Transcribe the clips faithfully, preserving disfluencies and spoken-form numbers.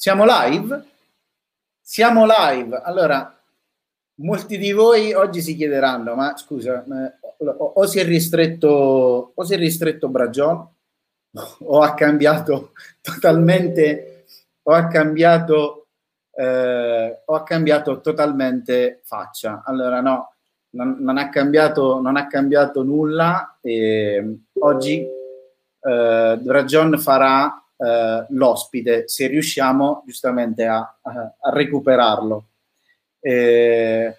Siamo live? Siamo live. Allora, molti di voi oggi si chiederanno, ma scusa, o, o si è ristretto, o si è ristretto Bragion, o ha cambiato totalmente, o ha cambiato, eh, o ha cambiato totalmente faccia. Allora, no, non, non ha cambiato, non ha cambiato nulla. E oggi eh, Bragion farà Uh, l'ospite, se riusciamo giustamente a, a, a recuperarlo. Eh,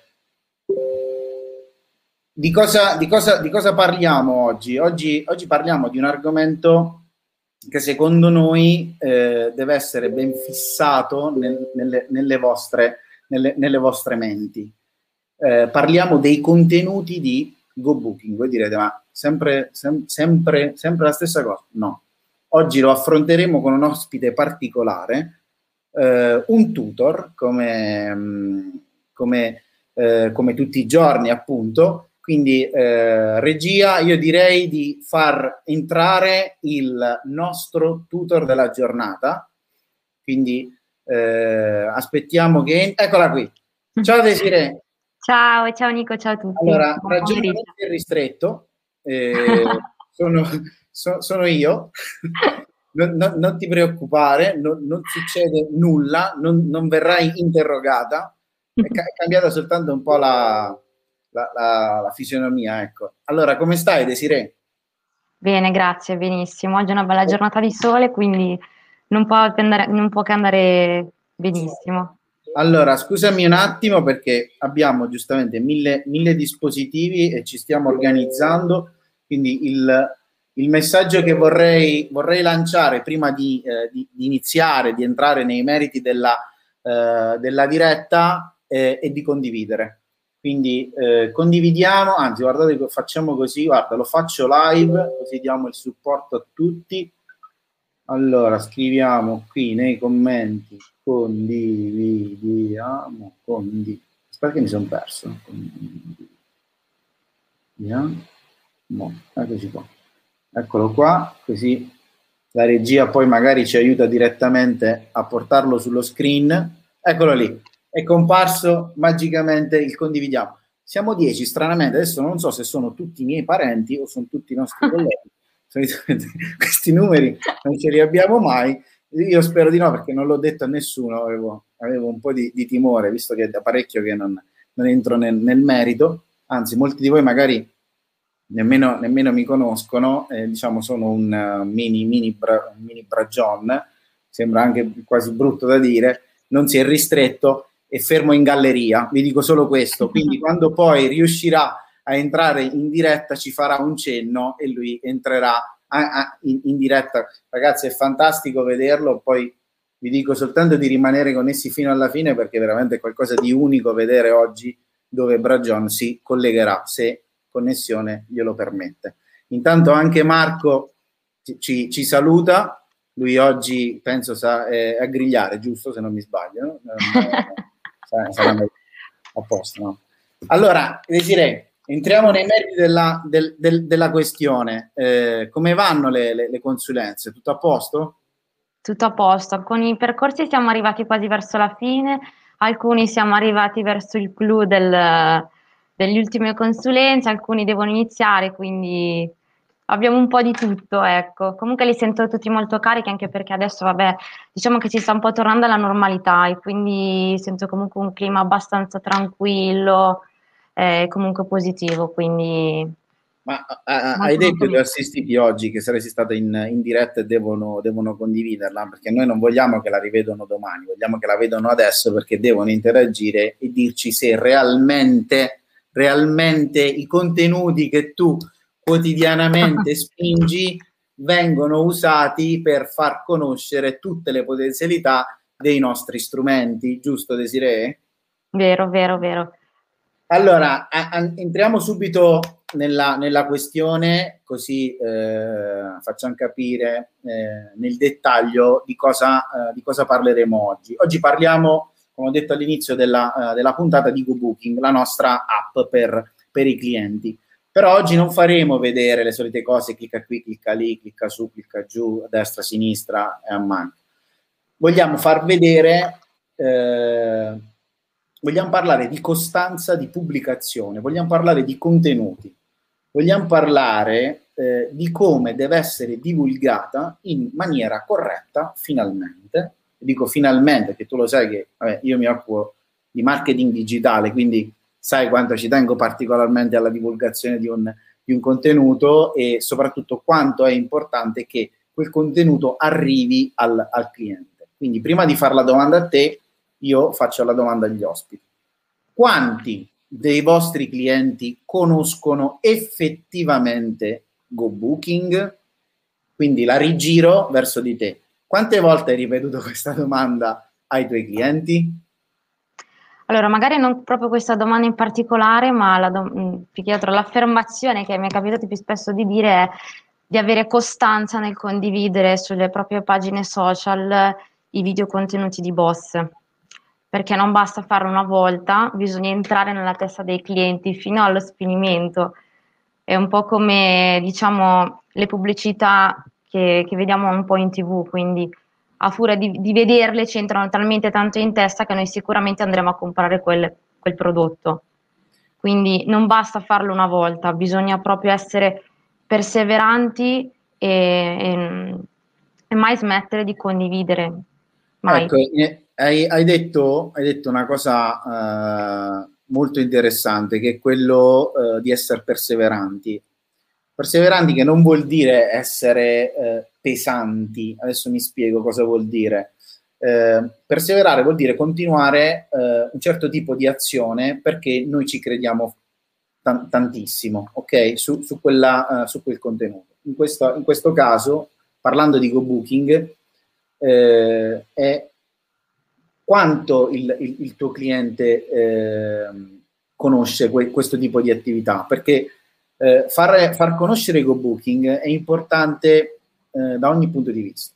di, cosa, di, cosa, di cosa parliamo oggi? oggi? Oggi parliamo di un argomento che secondo noi eh, deve essere ben fissato nel, nelle, nelle, vostre, nelle, nelle vostre menti. Eh, parliamo dei contenuti di GoBooking. Voi direte, ma sempre, sem sempre, sempre la stessa cosa? No. Oggi lo affronteremo con un ospite particolare, eh, un tutor, come, come, eh, come tutti i giorni appunto. Quindi eh, regia, io direi di far entrare il nostro tutor della giornata. Quindi eh, aspettiamo che... Eccola qui. Ciao Desiree. Ciao, ciao Nico, ciao a tutti. Allora, ragionamento ristretto, eh, sono, so, sono io, non, non, non ti preoccupare, non, non succede nulla, non, non verrai interrogata, è, ca è cambiata soltanto un po' la, la, la, la fisionomia, ecco. Allora, come stai Desiree? Bene, grazie, benissimo. Oggi è una bella giornata di sole, quindi non può, andare, non può che andare benissimo. Allora, scusami un attimo perché abbiamo giustamente mille, mille dispositivi e ci stiamo organizzando, quindi il, il messaggio che vorrei, vorrei lanciare prima di, eh, di, di iniziare, di entrare nei meriti della, eh, della diretta eh, è di condividere. Quindi eh, condividiamo, anzi guardate, facciamo così, guarda, lo faccio live, così diamo il supporto a tutti. Allora, scriviamo qui nei commenti, condividiamo, condividiamo. Aspetta che mi sono perso. Condividiamo. Eccoci qua. Eccolo qua, così la regia poi magari ci aiuta direttamente a portarlo sullo screen. Eccolo lì, è comparso magicamente il condividiamo. Siamo dieci, stranamente, adesso non so se sono tutti i miei parenti o sono tutti i nostri colleghi. Solitamente questi numeri non ce li abbiamo mai, io spero di no perché non l'ho detto a nessuno, avevo, avevo un po' di, di timore visto che è da parecchio che non, non entro nel, nel merito, anzi molti di voi magari nemmeno, nemmeno mi conoscono, eh, diciamo sono un uh, mini, mini, bra, mini Bragion, sembra anche quasi brutto da dire, non si è ristretto, è fermo in galleria, vi dico solo questo, quindi quando poi riuscirà a entrare in diretta ci farà un cenno e lui entrerà a, a, in, in diretta. Ragazzi, è fantastico vederlo, poi vi dico soltanto di rimanere connessi fino alla fine perché veramente è qualcosa di unico vedere oggi dove Bragion si collegherà, se connessione glielo permette. Intanto anche Marco ci, ci, ci saluta, lui oggi penso sa eh, a grigliare, giusto se non mi sbaglio, no? sarà, sarà a posto, no? Allora, Desiree, entriamo nei meriti della, del, del, della questione. Eh, come vanno le, le, le consulenze? Tutto a posto? Tutto a posto. Con i percorsi siamo arrivati quasi verso la fine, alcuni siamo arrivati verso il clou del, delle ultime consulenze, alcuni devono iniziare, quindi abbiamo un po' di tutto, ecco. Comunque li sento tutti molto carichi, anche perché adesso, vabbè, diciamo che si sta un po' tornando alla normalità e quindi sento comunque un clima abbastanza tranquillo e eh, comunque positivo, quindi... Ma uh, hai detto ai tuoi assistiti oggi che saresti stata in, in diretta e devono, devono condividerla, perché noi non vogliamo che la rivedano domani, vogliamo che la vedano adesso perché devono interagire e dirci se realmente, realmente i contenuti che tu quotidianamente spingi vengono usati per far conoscere tutte le potenzialità dei nostri strumenti, giusto Desiree? Vero, vero, vero. Allora, a, a, entriamo subito nella, nella questione, così eh, facciamo capire eh, nel dettaglio di cosa, eh, di cosa parleremo oggi. Oggi parliamo, come ho detto all'inizio della, uh, della puntata, di GoBooking, la nostra app per, per i clienti. Però oggi non faremo vedere le solite cose, clicca qui, clicca lì, clicca su, clicca giù, a destra, a sinistra e a mano. vogliamo far vedere, eh, vogliamo parlare di costanza di pubblicazione, vogliamo parlare di contenuti, vogliamo parlare eh, di come deve essere divulgata in maniera corretta, finalmente. Dico finalmente, che tu lo sai che vabbè, io mi occupo di marketing digitale, quindi sai quanto ci tengo particolarmente alla divulgazione di un, di un contenuto e soprattutto quanto è importante che quel contenuto arrivi al, al cliente. Quindi prima di fare la domanda a te, io faccio la domanda agli ospiti. Quanti dei vostri clienti conoscono effettivamente GoBooking? Quindi la rigiro verso di te. Quante volte hai ripetuto questa domanda ai tuoi clienti? Allora, magari non proprio questa domanda in particolare, ma la più che altro l'affermazione che mi è capitato più spesso di dire è di avere costanza nel condividere sulle proprie pagine social i video contenuti di Boss, perché non basta farlo una volta, bisogna entrare nella testa dei clienti fino allo sfinimento. È un po' come, diciamo, le pubblicità che, che vediamo un po' in tivù, quindi a furia di, di vederle ci entrano talmente tanto in testa che noi sicuramente andremo a comprare quel, quel prodotto. Quindi non basta farlo una volta, bisogna proprio essere perseveranti e, e, e mai smettere di condividere. Mai. Ecco, hai, hai, detto, hai detto una cosa eh, molto interessante, che è quello eh, di essere perseveranti. Perseveranti che non vuol dire essere eh, pesanti. Adesso mi spiego cosa vuol dire. Eh, perseverare vuol dire continuare eh, un certo tipo di azione perché noi ci crediamo t- tantissimo, ok? Su, su, quella, uh, su quel contenuto. In questo, in questo caso, parlando di GoBooking, eh, è quanto il, il, il tuo cliente eh, conosce que- questo tipo di attività, perché eh, far, far conoscere GoBooking è importante eh, da ogni punto di vista.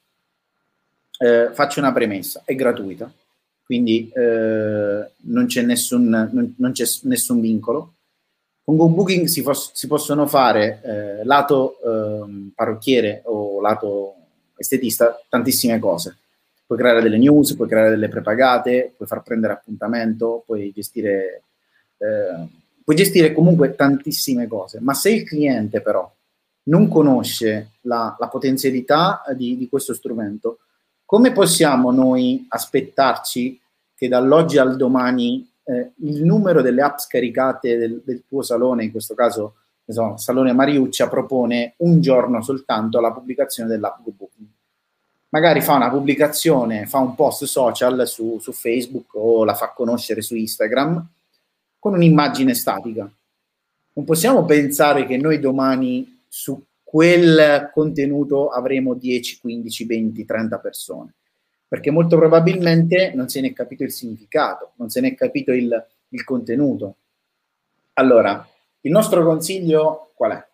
Eh, faccio una premessa, è gratuita, quindi eh, non c'è nessun, non, non c'è nessun vincolo. Con GoBooking si, fos- si possono fare eh, lato eh, parrucchiere o lato estetista tantissime cose. Puoi creare delle news, puoi creare delle prepagate, puoi far prendere appuntamento, puoi gestire, eh, puoi gestire comunque tantissime cose. Ma se il cliente però non conosce la, la potenzialità di, di questo strumento, come possiamo noi aspettarci che dall'oggi al domani eh, il numero delle app scaricate del, del tuo salone, in questo caso insomma, Salone Mariuccia, propone un giorno soltanto la pubblicazione dell'app GoBooking? Magari fa una pubblicazione, fa un post social su, su Facebook o la fa conoscere su Instagram con un'immagine statica. Non possiamo pensare che noi domani su quel contenuto avremo dieci, quindici, venti, trenta persone, perché molto probabilmente non se ne è capito il significato, non se ne è capito il, il contenuto. Allora, il nostro consiglio qual è?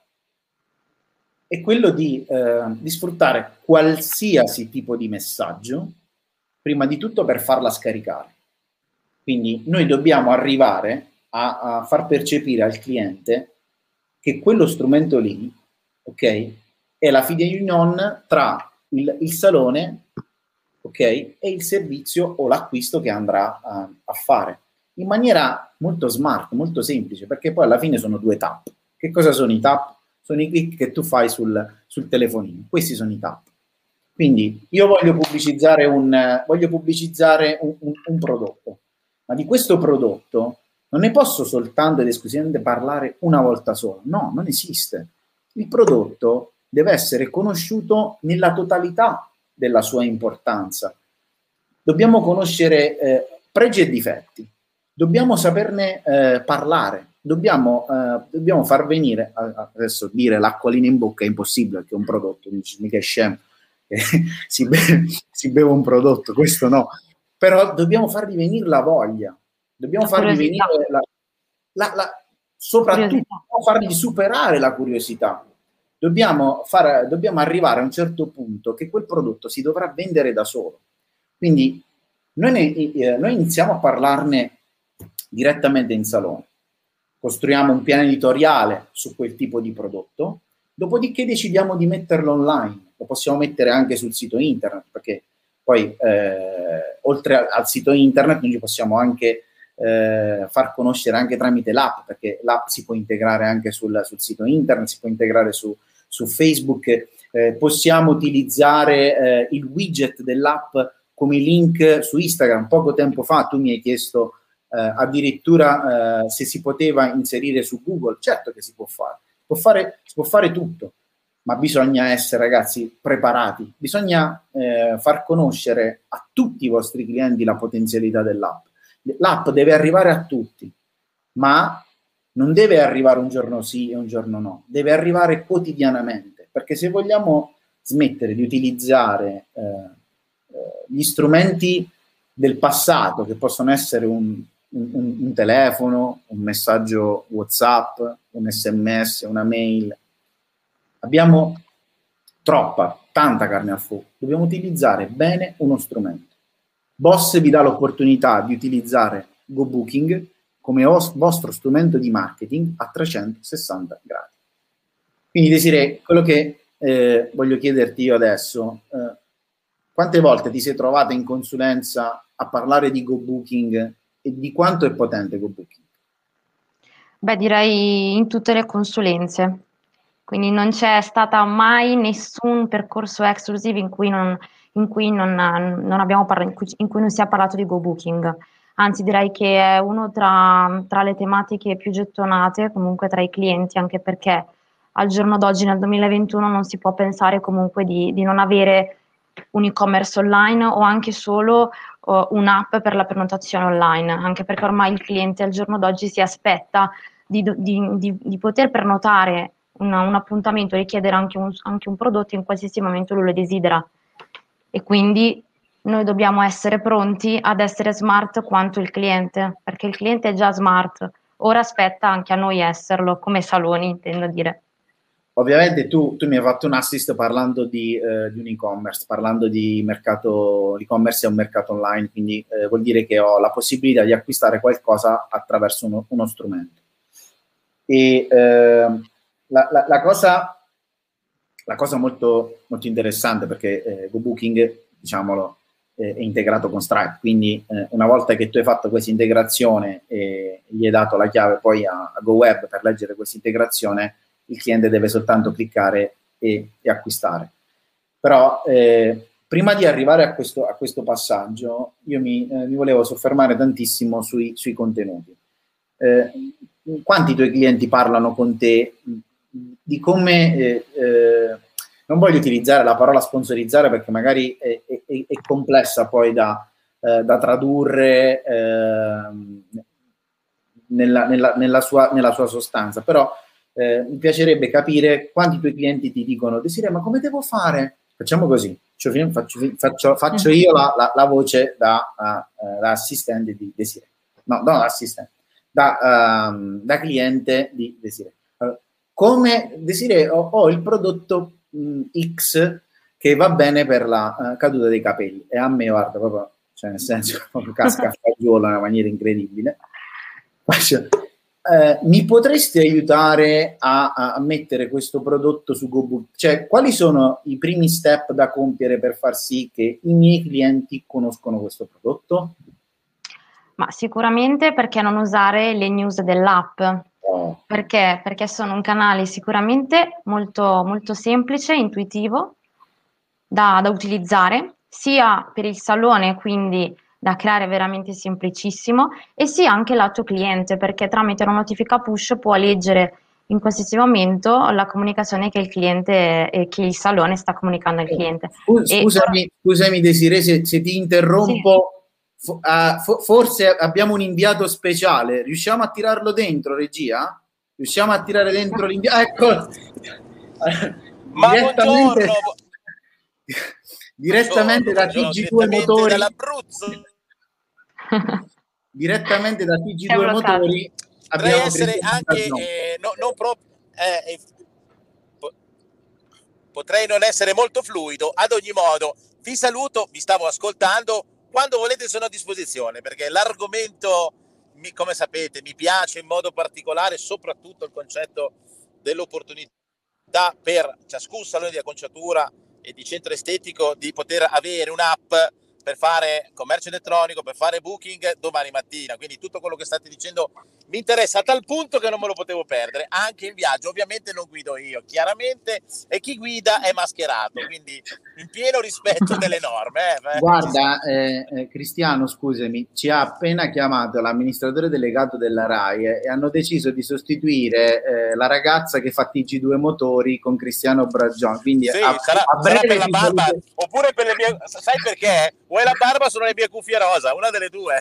È quello di, eh, di sfruttare qualsiasi tipo di messaggio, prima di tutto per farla scaricare. Quindi noi dobbiamo arrivare a, a far percepire al cliente che quello strumento lì, ok, è la fine union tra il, il salone, ok, e il servizio o l'acquisto che andrà a, a fare, in maniera molto smart, molto semplice, perché poi alla fine sono due tap. Che cosa sono i tap? Sono i click che tu fai sul, sul telefonino. Questi sono i tap. Quindi io voglio pubblicizzare un, voglio pubblicizzare un, un, un prodotto, ma di questo prodotto non ne posso soltanto ed esclusivamente parlare una volta sola. No, non esiste. Il prodotto deve essere conosciuto nella totalità della sua importanza. Dobbiamo conoscere eh, pregi e difetti, dobbiamo saperne eh, parlare, dobbiamo, eh, dobbiamo far venire, adesso dire l'acquolina in bocca è impossibile perché è un prodotto, non dici mica è scemo, si, beve, si beve un prodotto, questo no, però dobbiamo fargli venire la voglia, dobbiamo fargli venire la, la, la, soprattutto fargli superare la curiosità. Dobbiamo, far, dobbiamo arrivare a un certo punto che quel prodotto si dovrà vendere da solo. Quindi noi, ne, eh, noi iniziamo a parlarne direttamente in salone, costruiamo un piano editoriale su quel tipo di prodotto, dopodiché decidiamo di metterlo online, lo possiamo mettere anche sul sito internet, perché poi eh, oltre al, al sito internet noi ci possiamo anche eh, far conoscere anche tramite l'app, perché l'app si può integrare anche sul, sul sito internet, si può integrare su, su Facebook, eh, possiamo utilizzare eh, il widget dell'app come link su Instagram. Poco tempo fa tu mi hai chiesto eh, addirittura eh, se si poteva inserire su Google. Certo che si può fare, può fare si può fare tutto, ma bisogna essere, ragazzi, preparati, bisogna eh, far conoscere a tutti i vostri clienti la potenzialità dell'app. L'app deve arrivare a tutti, ma non deve arrivare un giorno sì e un giorno no, deve arrivare quotidianamente, perché se vogliamo smettere di utilizzare eh, eh, gli strumenti del passato, che possono essere un, un, un telefono, un messaggio WhatsApp, un sms, una mail, abbiamo troppa, tanta carne al fuoco, dobbiamo utilizzare bene uno strumento. Boss vi dà l'opportunità di utilizzare GoBooking come vostro strumento di marketing a trecentosessanta gradi. Quindi Desiree, quello che eh, voglio chiederti io adesso, eh, quante volte ti sei trovata in consulenza a parlare di GoBooking e di quanto è potente GoBooking? Beh, direi in tutte le consulenze. Quindi non c'è stata mai nessun percorso exclusive in cui non, in cui non, non abbiamo parlato, in cui, in cui non si è parlato di GoBooking. Anzi, direi che è uno tra, tra le tematiche più gettonate comunque tra i clienti, anche perché al giorno d'oggi, nel duemilaventuno, non si può pensare comunque di, di non avere un e-commerce online o anche solo uh, un'app per la prenotazione online, anche perché ormai il cliente al giorno d'oggi si aspetta di, di, di, di poter prenotare una, un appuntamento, richiedere anche un, anche un prodotto in qualsiasi momento lui lo desidera. E quindi noi dobbiamo essere pronti ad essere smart quanto il cliente, perché il cliente è già smart, ora aspetta anche a noi esserlo, come saloni, intendo dire. Ovviamente tu, tu mi hai fatto un assist parlando di, eh, di un e-commerce, parlando di mercato, l'e-commerce è un mercato online, quindi eh, vuol dire che ho la possibilità di acquistare qualcosa attraverso uno, uno strumento. E eh, la, la, la cosa, la cosa molto, molto interessante, perché eh, GoBooking, diciamolo, eh, è integrato con Stripe, quindi eh, una volta che tu hai fatto questa integrazione e gli hai dato la chiave poi a, a GoWeb per leggere questa integrazione, il cliente deve soltanto cliccare e, e acquistare. Però eh, prima di arrivare a questo, a questo passaggio, io mi, eh, mi volevo soffermare tantissimo sui, sui contenuti. Eh, quanti tuoi clienti parlano con te di come, eh, eh, non voglio utilizzare la parola sponsorizzare perché magari è, è, è complessa poi da, eh, da tradurre eh, nella, nella, nella, sua, nella sua sostanza, però eh, mi piacerebbe capire quanti tuoi clienti ti dicono: Desiree, ma come devo fare? Facciamo così, faccio, faccio, faccio io la, la, la voce da, uh, da assistente di Desiree, no, no, assistente, da, um, da cliente di Desiree. Allora, come Desiree, ho, ho il prodotto mh, X che va bene per la uh, caduta dei capelli, e a me, guarda, proprio, cioè nel senso, proprio casca a fagiolo in una maniera incredibile. Eh, mi potresti aiutare a, a mettere questo prodotto su GoBooking? Cioè, quali sono i primi step da compiere per far sì che i miei clienti conoscono questo prodotto? Ma sicuramente perché non usare le news dell'app? Oh. Perché? Perché sono un canale sicuramente molto, molto semplice, intuitivo da, da utilizzare, sia per il salone, quindi da creare veramente semplicissimo, e sia anche lato cliente, perché tramite una notifica push può leggere in qualsiasi momento la comunicazione che il cliente e che il salone sta comunicando al cliente. Scusami, e... scusami Desiree se, se ti interrompo. Sì. Uh, fo forse abbiamo un inviato speciale, riusciamo a tirarlo dentro, regia? Riusciamo a tirare dentro l'inviato? Ecco, ma direttamente, direttamente da T G due Motori, direttamente da T G due Motori abbiamo essere anche eh, no, non proprio eh, po potrei non essere molto fluido. Ad ogni modo vi saluto, vi stavo ascoltando. Quando volete sono a disposizione, perché l'argomento, come sapete, mi piace in modo particolare, soprattutto il concetto dell'opportunità per ciascun salone di acconciatura e di centro estetico di poter avere un'app per fare commercio elettronico, per fare booking domani mattina. Quindi tutto quello che state dicendo mi interessa a tal punto che non me lo potevo perdere, anche in viaggio. Ovviamente non guido io, chiaramente, e chi guida è mascherato, quindi in pieno rispetto delle norme. Eh. Guarda, eh, eh, Cristiano, scusami, ci ha appena chiamato l'amministratore delegato della RAI eh, e hanno deciso di sostituire eh, la ragazza che fa T G due motori con Cristiano Bragion. Quindi sì, a, sarà, a sarà breve per la barba, saluto... oppure per le mie... Sai perché? O è la barba o sono le mie cuffie rosa, una delle due.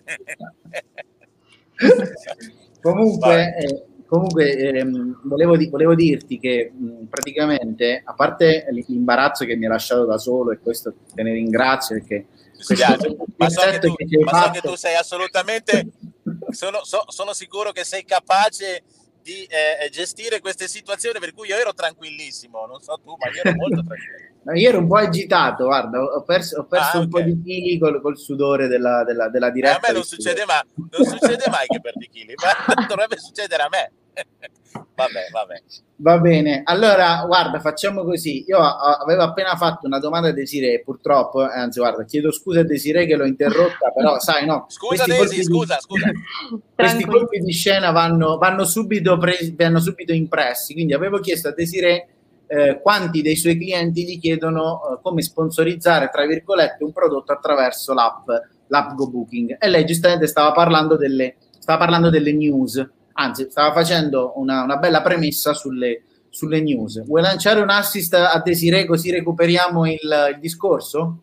Comunque, eh, comunque ehm, volevo, di, volevo dirti che mh, praticamente, a parte l'imbarazzo che mi ha lasciato da solo, e questo te ne ringrazio perché questo ma, so che, tu, che ma so che tu sei assolutamente sono, so, sono sicuro che sei capace di eh, gestire queste situazioni, per cui io ero tranquillissimo, non so tu, ma io ero molto tranquillo. Io ero un po' agitato, guarda, ho perso, ho perso ah, un okay. po' di chili col, col sudore della, della, della diretta. Eh, a me non succede, ma, non succede mai che perdi chili, ma dovrebbe succedere a me. Vabbè, vabbè. Va bene, allora guarda, facciamo così. Io avevo appena fatto una domanda a Desiree, purtroppo, anzi guarda, chiedo scusa a Desiree che l'ho interrotta, però sai no. Scusa Desi, scusa, di, scusa. Questi colpi di scena vanno, vanno, subito presi, vanno subito impressi, quindi avevo chiesto a Desiree eh, quanti dei suoi clienti gli chiedono eh, come sponsorizzare, tra virgolette, un prodotto attraverso l'app, l'app GoBooking, e lei giustamente stava parlando delle, stava parlando delle news. Anzi, stava facendo una, una bella premessa sulle, sulle news. Vuoi lanciare un assist a Desiree così recuperiamo il, il discorso?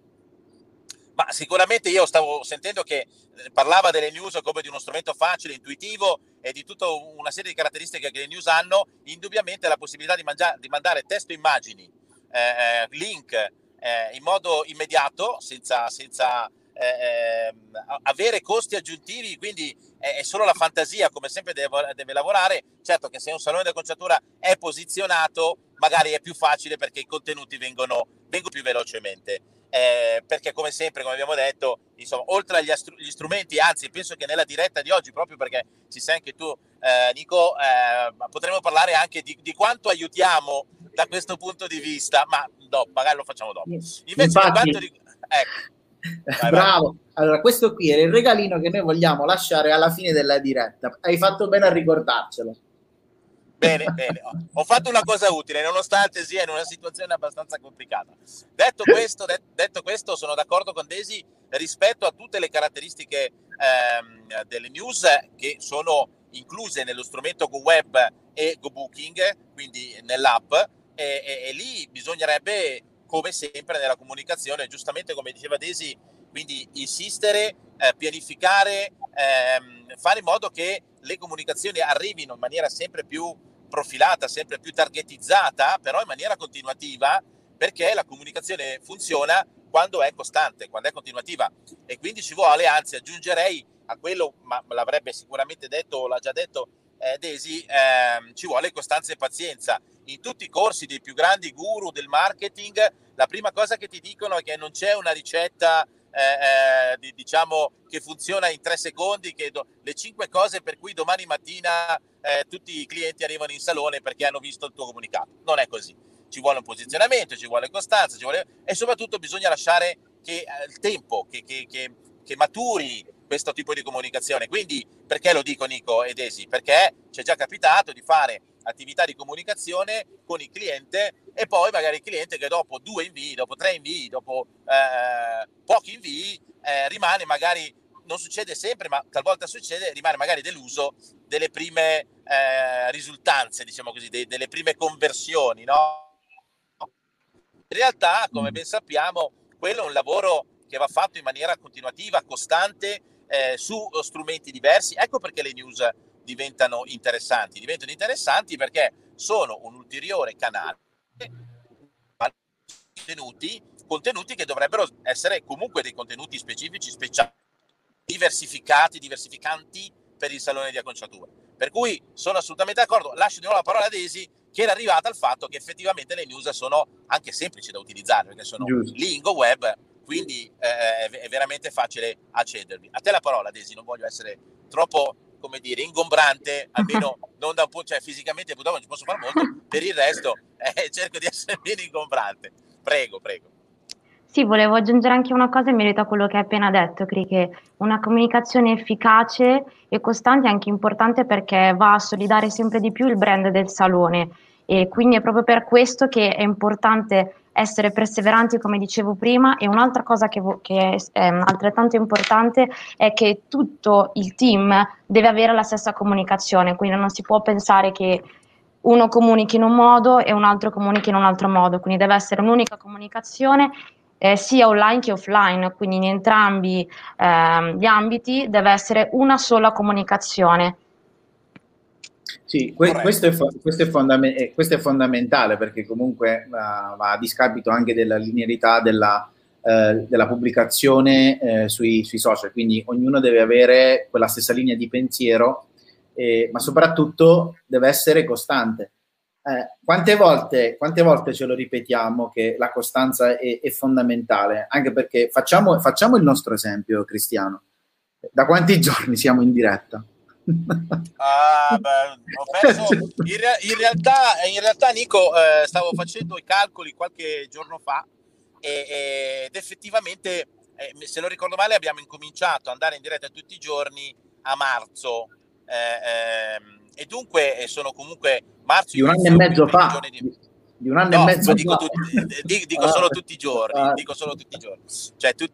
Ma sicuramente io stavo sentendo che parlava delle news come di uno strumento facile, intuitivo e di tutta una serie di caratteristiche che le news hanno. Indubbiamente la possibilità di, mangia- di mandare testo, immagini, eh, link eh, in modo immediato, senza... senza Eh, avere costi aggiuntivi, quindi è, è solo la fantasia, come sempre deve, deve lavorare. Certo che se un salone di acconciatura è posizionato magari è più facile perché i contenuti vengono, vengono più velocemente, eh, perché come sempre, come abbiamo detto, insomma, oltre agli astru- gli strumenti, anzi penso che nella diretta di oggi, proprio perché ci sei anche tu eh, Nico, eh, potremo parlare anche di, di quanto aiutiamo da questo punto di vista, ma no, magari lo facciamo dopo. Invece Infatti, per quanto di... ecco. Vai, Bravo, vai. Allora questo qui era il regalino che noi vogliamo lasciare alla fine della diretta, hai fatto bene a ricordarcelo. Bene, bene, ho fatto una cosa utile nonostante sia in una situazione abbastanza complicata. Detto questo, de- detto questo sono d'accordo con Desi rispetto a tutte le caratteristiche ehm, delle news che sono incluse nello strumento GoWeb e GoBooking, quindi nell'app, e, e, e lì bisognerebbe, come sempre nella comunicazione, giustamente come diceva Desi, quindi insistere, eh, pianificare, ehm, fare in modo che le comunicazioni arrivino in maniera sempre più profilata, sempre più targetizzata, però in maniera continuativa, perché la comunicazione funziona quando è costante, quando è continuativa, e quindi ci vuole, anzi aggiungerei a quello, ma l'avrebbe sicuramente detto o l'ha già detto eh, Desi, ehm, ci vuole costanza e pazienza. In tutti i corsi dei più grandi guru del marketing, la prima cosa che ti dicono è che non c'è una ricetta eh, eh, diciamo che funziona in tre secondi, che do, le cinque cose per cui domani mattina eh, tutti i clienti arrivano in salone perché hanno visto il tuo comunicato. Non è così. Ci vuole un posizionamento, ci vuole costanza, ci vuole... e soprattutto bisogna lasciare che eh, il tempo che, che, che, che maturi questo tipo di comunicazione. Quindi perché lo dico Nico e Desi? Perché ci è già capitato di fare attività di comunicazione con il cliente e poi magari il cliente che dopo due invii, dopo tre invii, dopo eh, pochi invii eh, rimane magari, non succede sempre ma talvolta succede, rimane magari deluso delle prime eh, risultanze, diciamo così, de- delle prime conversioni, no? In realtà, come ben sappiamo, quello è un lavoro che va fatto in maniera continuativa, costante, eh, su strumenti diversi. Ecco perché le news diventano interessanti. Diventano interessanti perché sono un ulteriore canale contenuti, contenuti che dovrebbero essere comunque dei contenuti specifici, speciali, diversificati, diversificanti per il salone di acconciatura. Per cui sono assolutamente d'accordo. Lascio di nuovo la parola a Desi, che era arrivata al fatto che effettivamente le news sono anche semplici da utilizzare, perché sono Giusto. Lì in GoWeb, quindi eh, è veramente facile accedervi. A te la parola, Desi, non voglio essere troppo, come dire, ingombrante, almeno non da un punto, cioè fisicamente purtroppo non ci posso fare molto, per il resto eh, cerco di essere meno ingombrante. Prego, prego. Sì, volevo aggiungere anche una cosa in merito a quello che hai appena detto, Cri, che una comunicazione efficace e costante è anche importante perché va a solidare sempre di più il brand del salone e quindi è proprio per questo che è importante essere perseveranti, come dicevo prima, e un'altra cosa che, vo- che è ehm, altrettanto importante è che tutto il team deve avere la stessa comunicazione, quindi non si può pensare che uno comunichi in un modo e un altro comunichi in un altro modo, quindi deve essere un'unica comunicazione eh, sia online che offline, quindi in entrambi ehm, gli ambiti deve essere una sola comunicazione. Sì, que- questo, è fo- questo, è fondame- eh, questo è fondamentale perché comunque va, va a discapito anche della linearità della, eh, della pubblicazione eh, sui, sui social, quindi ognuno deve avere quella stessa linea di pensiero, eh, ma soprattutto deve essere costante. Eh, quante volte, quante volte ce lo ripetiamo che la costanza è, è fondamentale, anche perché facciamo, facciamo il nostro esempio, Cristiano. Da quanti giorni siamo in diretta? Ah, beh, ho perso in, re- in realtà, in realtà Nico, eh, stavo facendo i calcoli qualche giorno fa e, ed effettivamente, eh, se non ricordo male, abbiamo incominciato ad andare in diretta tutti i giorni a marzo, eh, ehm, e dunque eh, sono comunque marzo Di un anno e inizio, i mezzo primi fa, giorni di... di un anno e No, mezzo ma dico, fa. tutti, eh, di- dico Ah, solo tutti i giorni, ah. dico solo tutti i giorni, cioè tutti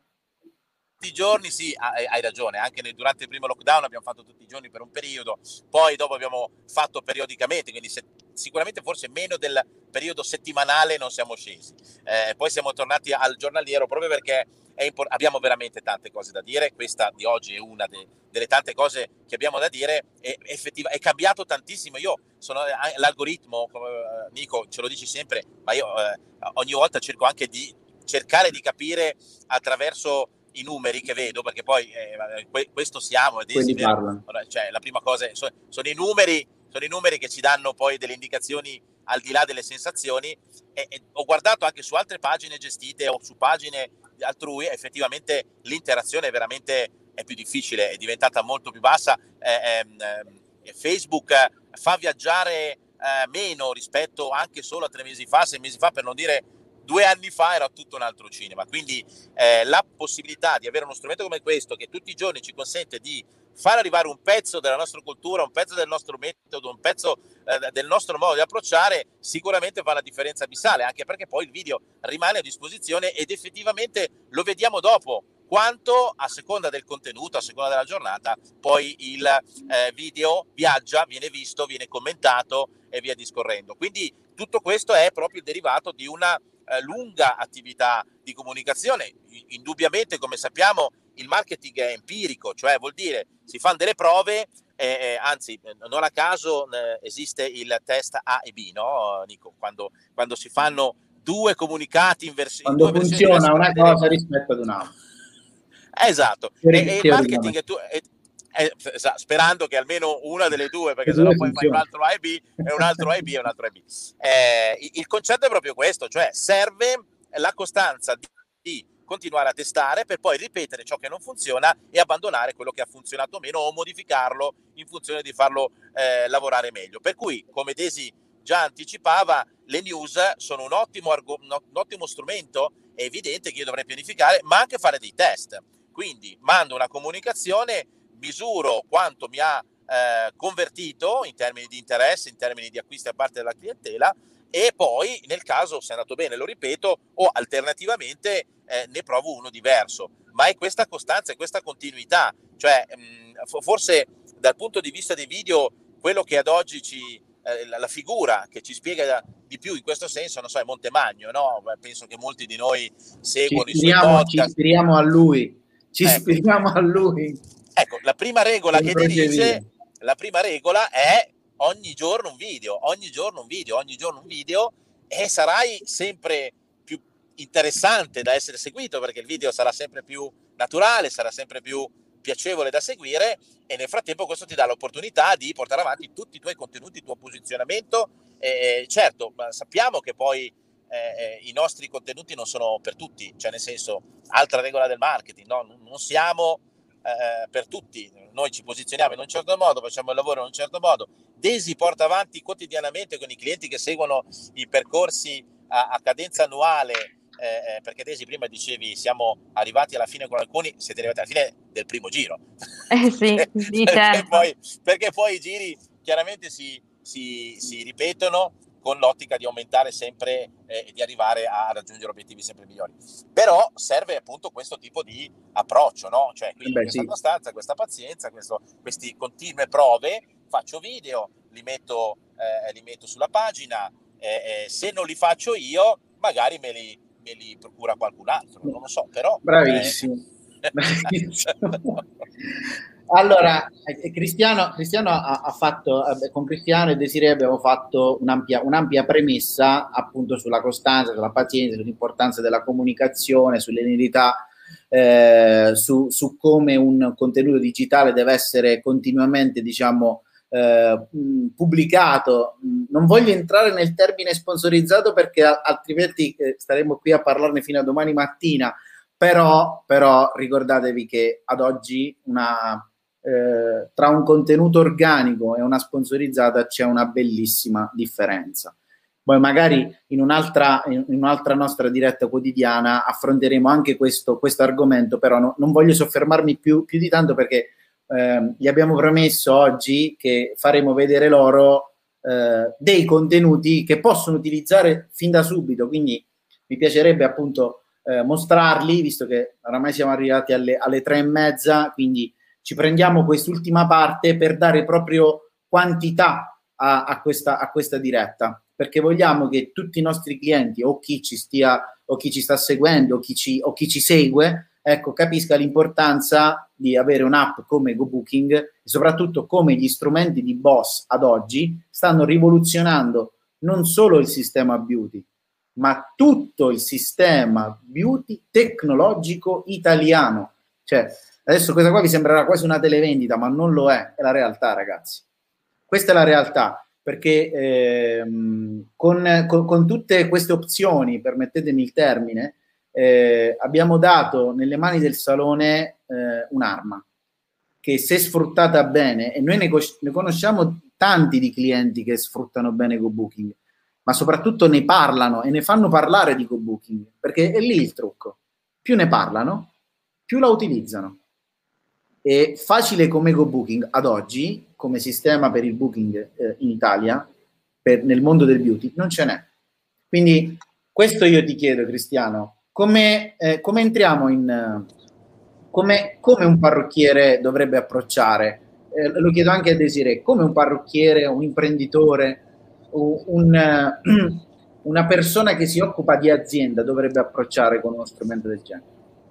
i giorni, sì, hai, hai ragione, anche nel, durante il primo lockdown abbiamo fatto tutti i giorni per un periodo, poi dopo abbiamo fatto periodicamente, quindi se, sicuramente forse meno del periodo settimanale non siamo scesi, eh, poi siamo tornati al giornaliero proprio perché è impor- abbiamo veramente tante cose da dire, questa di oggi è una de- delle tante cose che abbiamo da dire, e effettiva, è cambiato tantissimo, io sono eh, l'algoritmo, come eh, Nico ce lo dici sempre, ma io eh, ogni volta cerco anche di cercare di capire attraverso i numeri che vedo, perché poi eh, questo siamo e Quelli desidero, parlano. cioè la prima cosa è, sono, sono i numeri, sono i numeri che ci danno poi delle indicazioni al di là delle sensazioni, e, e ho guardato anche su altre pagine gestite o su pagine altrui, effettivamente l'interazione è veramente è più difficile, è diventata molto più bassa, eh, eh, Facebook fa viaggiare eh, meno rispetto anche solo a tre mesi fa, sei mesi fa, per non dire due anni fa era tutto un altro cinema, quindi eh, la possibilità di avere uno strumento come questo che tutti i giorni ci consente di far arrivare un pezzo della nostra cultura, un pezzo del nostro metodo, un pezzo eh, del nostro modo di approcciare, sicuramente fa la differenza abissale, anche perché poi il video rimane a disposizione ed effettivamente lo vediamo dopo, quanto a seconda del contenuto, a seconda della giornata, poi il eh, video viaggia, viene visto, viene commentato e via discorrendo. Quindi tutto questo è proprio il derivato di una eh, lunga attività di comunicazione. Indubbiamente, come sappiamo, il marketing è empirico, cioè vuol dire si fanno delle prove, eh, eh, anzi non a caso eh, esiste il test A e B, no Nico? Quando, quando si fanno due comunicati in, vers- in Quando due versioni diverse funziona per una vedere... cosa rispetto ad un'altra. Esatto, e, e marketing è, tu, è, è, sperando che almeno una delle due, perché sennò poi fai un altro A e B e un altro A e B e un altro A e B. Eh, il concetto è proprio questo, cioè serve la costanza di, di continuare a testare per poi ripetere ciò che non funziona e abbandonare quello che ha funzionato meno o modificarlo in funzione di farlo eh, lavorare meglio. Per cui, come Desi già anticipava, le news sono un ottimo, argo- un ottimo strumento, è evidente che io dovrei pianificare, ma anche fare dei test. Quindi mando una comunicazione, misuro quanto mi ha eh, convertito in termini di interesse, in termini di acquisti da parte della clientela, e poi nel caso, se è andato bene, lo ripeto, o alternativamente eh, ne provo uno diverso. Ma è questa costanza, è questa continuità, cioè mh, forse dal punto di vista dei video, quello che ad oggi ci, eh, la, la figura che ci spiega di più in questo senso, non so, è Montemagno, no? Penso che molti di noi seguono i suoi podcast. Ci ispiriamo a lui. Ci ecco. ispiriamo a lui. Ecco, la prima regola che dirige, la prima regola è ogni giorno un video, ogni giorno un video, ogni giorno un video, e sarai sempre più interessante da essere seguito, perché il video sarà sempre più naturale, sarà sempre più piacevole da seguire, e nel frattempo questo ti dà l'opportunità di portare avanti tutti i tuoi contenuti, il tuo posizionamento. Eh, certo, ma sappiamo che poi eh, i nostri contenuti non sono per tutti, cioè nel senso, altra regola del marketing, no? Non siamo eh, per tutti, noi ci posizioniamo in un certo modo, facciamo il lavoro in un certo modo. Desi porta avanti quotidianamente con i clienti che seguono i percorsi a, a cadenza annuale eh, perché Desi prima dicevi siamo arrivati alla fine con alcuni, siete arrivati alla fine del primo giro. Eh sì, perché, sì, perché, certo. poi, perché poi i giri chiaramente si, si, si ripetono con l'ottica di aumentare sempre e eh, di arrivare a raggiungere obiettivi sempre migliori. Però serve appunto questo tipo di approccio, no? Cioè quindi Beh, questa sì. costanza, questa pazienza, questo, queste continue prove, faccio video, li metto, eh, li metto sulla pagina, eh, eh, se non li faccio io magari me li, me li procura qualcun altro, non lo so, però... Bravissimo. Eh... Bravissimo. Allora, eh, Cristiano, Cristiano ha, ha fatto, eh, con Cristiano e Desiree abbiamo fatto un'ampia, un'ampia premessa appunto sulla costanza, sulla pazienza, sull'importanza della comunicazione, sull'eredità, eh, su, su come un contenuto digitale deve essere continuamente, diciamo, eh, pubblicato. Non voglio entrare nel termine sponsorizzato perché altrimenti eh, staremo qui a parlarne fino a domani mattina, però, però ricordatevi che ad oggi una... Eh, tra un contenuto organico e una sponsorizzata c'è una bellissima differenza. Poi magari in un'altra, in un'altra nostra diretta quotidiana affronteremo anche questo, questo argomento, però no, non voglio soffermarmi più, più di tanto perché eh, gli abbiamo promesso oggi che faremo vedere loro eh, dei contenuti che possono utilizzare fin da subito, quindi mi piacerebbe appunto eh, mostrarli, visto che oramai siamo arrivati alle, alle tre e mezza, quindi ci prendiamo quest'ultima parte per dare proprio quantità a, a, questa, a questa diretta, perché vogliamo che tutti i nostri clienti o chi ci stia o chi ci sta seguendo o chi ci, o chi ci segue, ecco, capisca l'importanza di avere un'app come GoBooking e soprattutto come gli strumenti di Boss ad oggi stanno rivoluzionando non solo il sistema beauty, ma tutto il sistema beauty tecnologico italiano. Cioè, adesso questa qua vi sembrerà quasi una televendita, ma non lo è, è la realtà, ragazzi. Questa è la realtà, perché ehm, con, con, con tutte queste opzioni, permettetemi il termine, eh, abbiamo dato nelle mani del salone eh, un'arma che se sfruttata bene, e noi ne, ne conosciamo tanti di clienti che sfruttano bene GoBooking, ma soprattutto ne parlano e ne fanno parlare di GoBooking, perché è lì il trucco. Più ne parlano, più la utilizzano. E facile come GoBooking ad oggi, come sistema per il booking eh, in Italia, per, nel mondo del beauty, non ce n'è. Quindi questo io ti chiedo, Cristiano, come, eh, come entriamo in... Come, come un parrucchiere dovrebbe approcciare? Eh, lo chiedo anche a Desiree, come un parrucchiere, un imprenditore, un, un, una persona che si occupa di azienda dovrebbe approcciare con uno strumento del genere?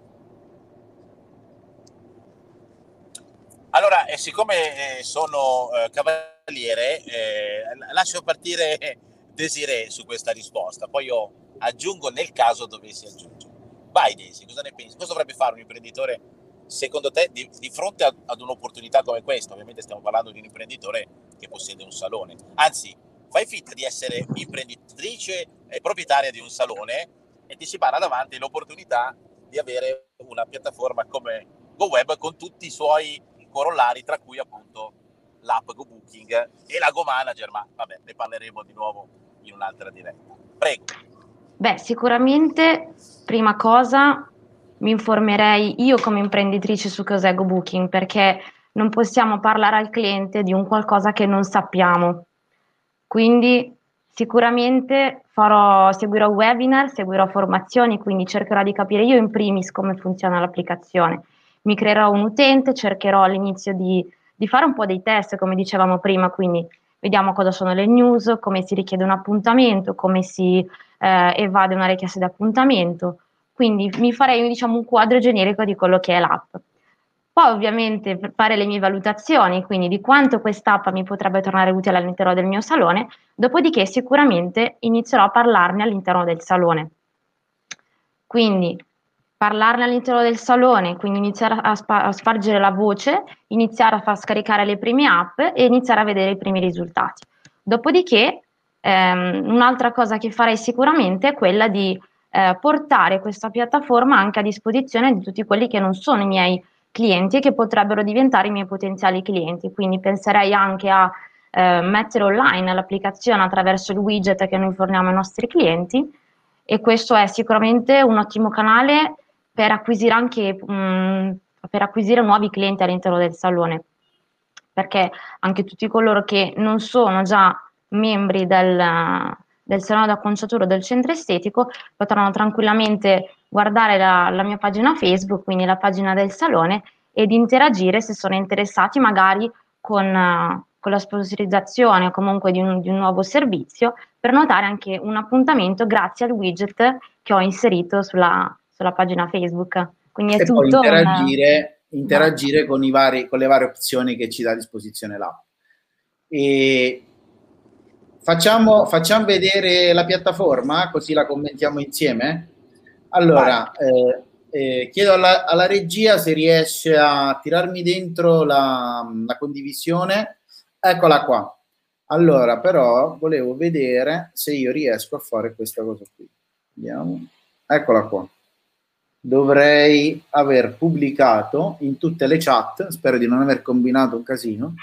Allora, eh, siccome eh, sono eh, cavaliere, eh, lascio partire Desiree su questa risposta, poi io aggiungo nel caso dovessi aggiungere. Vai Desi, cosa ne pensi? Cosa dovrebbe fare un imprenditore, secondo te, di, di fronte a, ad un'opportunità come questa? Ovviamente stiamo parlando di un imprenditore che possiede un salone. Anzi, fai finta di essere imprenditrice e proprietaria di un salone e ti si para davanti l'opportunità di avere una piattaforma come GoWeb con tutti i suoi corollari, tra cui appunto l'app GoBooking e la GoManager, ma vabbè, ne parleremo di nuovo in un'altra diretta. Prego. Beh, sicuramente, prima cosa, mi informerei io come imprenditrice su cos'è GoBooking, perché non possiamo parlare al cliente di un qualcosa che non sappiamo. Quindi sicuramente farò, seguirò webinar, seguirò formazioni, quindi cercherò di capire io in primis come funziona l'applicazione. Mi creerò un utente, cercherò all'inizio di, di fare un po' dei test, come dicevamo prima, quindi vediamo cosa sono le news, come si richiede un appuntamento, come si eh, evade una richiesta di appuntamento. Quindi mi farei, diciamo, un quadro generico di quello che è l'app. Poi ovviamente per fare le mie valutazioni, quindi di quanto quest'app mi potrebbe tornare utile all'interno del mio salone, dopodiché sicuramente inizierò a parlarne all'interno del salone. Quindi parlarne all'interno del salone, quindi iniziare a, spa- a spargere la voce, iniziare a far scaricare le prime app e iniziare a vedere i primi risultati. Dopodiché ehm, un'altra cosa che farei sicuramente è quella di eh, portare questa piattaforma anche a disposizione di tutti quelli che non sono i miei clienti e che potrebbero diventare i miei potenziali clienti. Quindi penserei anche a eh, mettere online l'applicazione attraverso il widget che noi forniamo ai nostri clienti e questo è sicuramente un ottimo canale per acquisire anche mh, per acquisire nuovi clienti all'interno del salone, perché anche tutti coloro che non sono già membri del, del salone d'acconciatura o del centro estetico potranno tranquillamente guardare la, la mia pagina Facebook, quindi la pagina del salone, ed interagire se sono interessati magari con, uh, con la sponsorizzazione o comunque di un, di un nuovo servizio, per notare anche un appuntamento grazie al widget che ho inserito sulla, sulla pagina Facebook. Quindi è e poi tutto interagire, un... interagire con, i vari, con le varie opzioni che ci dà a disposizione l'app. E facciamo, facciamo vedere la piattaforma, così la commentiamo insieme. Allora, eh, eh, chiedo alla, alla regia se riesce a tirarmi dentro la, la condivisione. Eccola qua. Allora, però, volevo vedere se io riesco a fare questa cosa qui. Vediamo. Eccola qua. Dovrei aver pubblicato in tutte le chat, spero di non aver combinato un casino.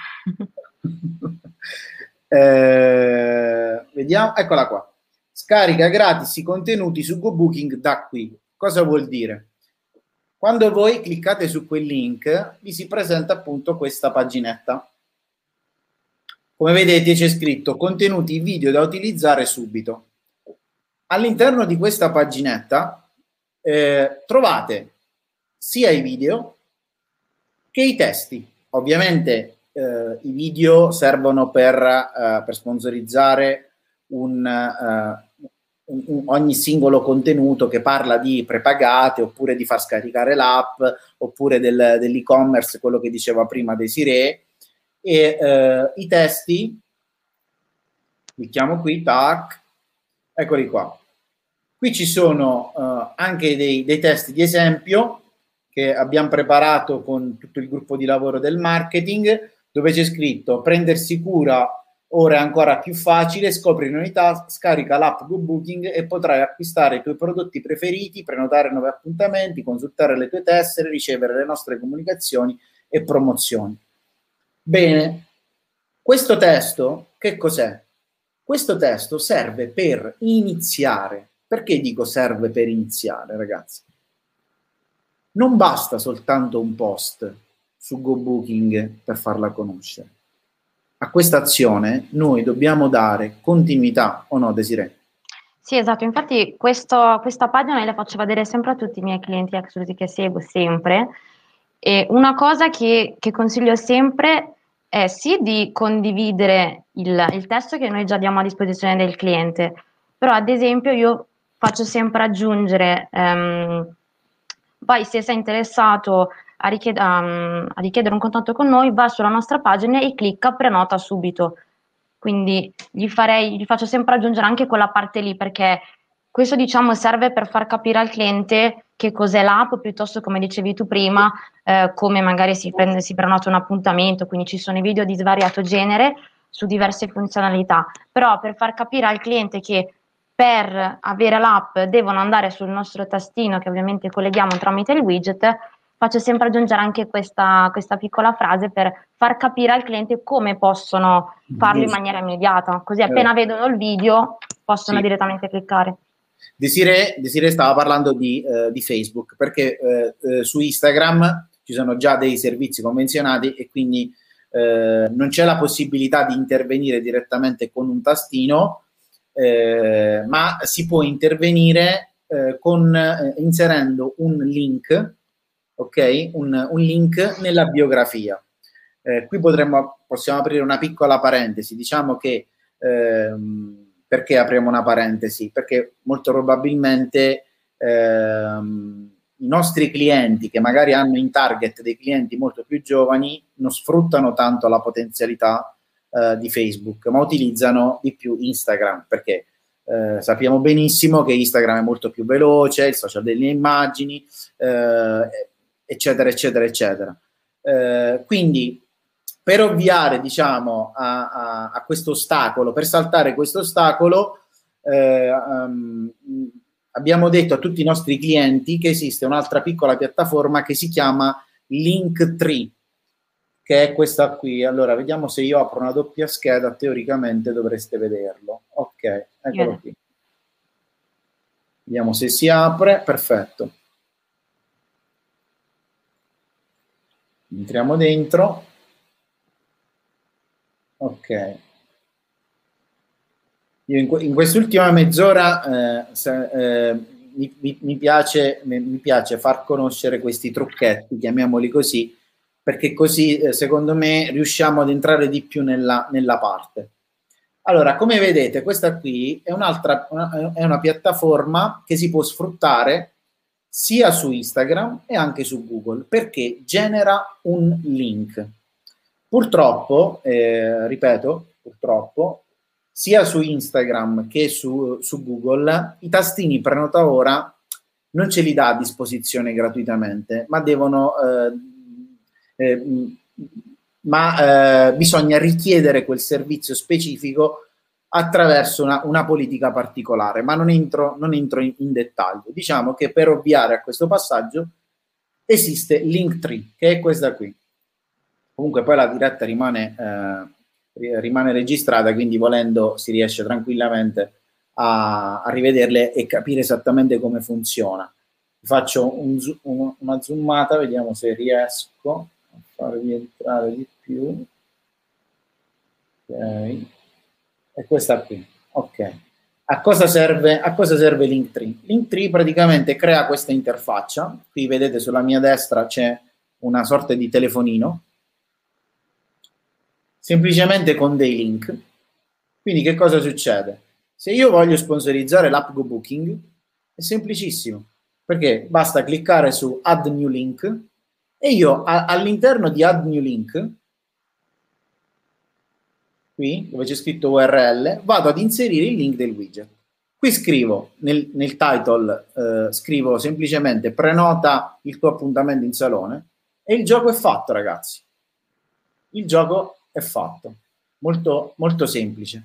eh, vediamo, eccola qua. Scarica gratis i contenuti su GoBooking da qui. Cosa vuol dire? Quando voi cliccate su quel link, vi si presenta appunto questa paginetta. Come vedete c'è scritto contenuti video da utilizzare subito. All'interno di questa paginetta eh, trovate sia i video che i testi. Ovviamente eh, i video servono per, eh, per sponsorizzare un, uh, un, un, ogni singolo contenuto che parla di prepagate, oppure di far scaricare l'app, oppure del, dell'e-commerce, quello che diceva prima Desiree. E eh, i testi, clicchiamo qui, tac, eccoli qua. Qui ci sono uh, anche dei, dei testi di esempio che abbiamo preparato con tutto il gruppo di lavoro del marketing, dove c'è scritto: prendersi cura ora è ancora più facile, scopri novità, scarica l'app GoBooking e potrai acquistare i tuoi prodotti preferiti, prenotare nuovi appuntamenti, consultare le tue tessere, ricevere le nostre comunicazioni e promozioni. Bene, questo testo che cos'è? Questo testo serve per iniziare. Perché dico serve per iniziare, ragazzi? Non basta soltanto un post su GoBooking per farla conoscere. A questa azione noi dobbiamo dare continuità, o no, Desiree? Sì, esatto, infatti questo, questa pagina la faccio vedere sempre a tutti i miei clienti Exclusive che seguo sempre, e una cosa che, che consiglio sempre è sì di condividere il, il testo che noi già abbiamo a disposizione del cliente, però ad esempio io faccio sempre aggiungere, um, poi se sei interessato a, richied- um, a richiedere un contatto con noi, va sulla nostra pagina e clicca prenota subito. Quindi gli, farei, gli faccio sempre aggiungere anche quella parte lì, perché questo diciamo serve per far capire al cliente che cos'è l'app, piuttosto come dicevi tu prima, eh, come magari si, prende, si prenota un appuntamento, quindi ci sono i video di svariato genere su diverse funzionalità, però per far capire al cliente che per avere l'app devono andare sul nostro tastino, che ovviamente colleghiamo tramite il widget, faccio sempre aggiungere anche questa, questa piccola frase per far capire al cliente come possono farlo in maniera immediata, così appena eh. vedono il video possono sì. direttamente cliccare. Desiree, Desiree stava parlando di, eh, di Facebook, perché eh, eh, su Instagram ci sono già dei servizi convenzionati e quindi eh, non c'è la possibilità di intervenire direttamente con un tastino, eh, ma si può intervenire eh, con, eh, inserendo un link, ok? Un, un link nella biografia. Eh, qui potremmo, possiamo aprire una piccola parentesi, diciamo che ehm, perché apriamo una parentesi? Perché molto probabilmente ehm, i nostri clienti, che magari hanno in target dei clienti molto più giovani, non sfruttano tanto la potenzialità eh, di Facebook, ma utilizzano di più Instagram, perché eh, sappiamo benissimo che Instagram è molto più veloce, il social delle immagini, eh, eccetera, eccetera, eccetera. Eh, quindi per ovviare, diciamo, a, a, a questo ostacolo, per saltare questo ostacolo, eh, um, abbiamo detto a tutti i nostri clienti che esiste un'altra piccola piattaforma che si chiama Linktree, che è questa qui. Allora, vediamo se io apro una doppia scheda, teoricamente dovreste vederlo. Ok, eccolo qui. Vediamo se si apre, perfetto. Entriamo dentro. Ok. Io in, in quest'ultima mezz'ora eh, se, eh, mi, mi, mi, piace, mi, mi piace far conoscere questi trucchetti, chiamiamoli così, perché così eh, secondo me riusciamo ad entrare di più nella, nella parte. Allora, come vedete, questa qui è un'altra, una, è una piattaforma che si può sfruttare sia su Instagram e anche su Google, perché genera un link. Purtroppo, eh, ripeto, purtroppo, sia su Instagram che su, su Google, i tastini prenota ora non ce li dà a disposizione gratuitamente, ma devono, eh, eh, ma eh, bisogna richiedere quel servizio specifico attraverso una, una politica particolare, ma non entro, non entro in, in dettaglio. Diciamo che per ovviare a questo passaggio esiste Linktree, che è questa qui. Comunque poi la diretta rimane... Eh, rimane registrata, quindi volendo si riesce tranquillamente a, a rivederle e capire esattamente come funziona. Faccio un, un, una zoomata, vediamo se riesco a farvi entrare di più. Ok, è questa qui. Ok, a cosa serve, a cosa serve Linktree? Linktree praticamente crea questa interfaccia. Qui vedete sulla mia destra c'è una sorta di telefonino, semplicemente con dei link. Quindi che cosa succede? Se io voglio sponsorizzare l'app GoBooking, è semplicissimo, perché basta cliccare su Add New Link e io all'interno di Add New Link, qui dove c'è scritto U R L, vado ad inserire il link del widget. Qui scrivo, nel, nel title, eh, scrivo semplicemente prenota il tuo appuntamento in salone e il gioco è fatto, ragazzi. Il gioco è fatto, molto, molto semplice.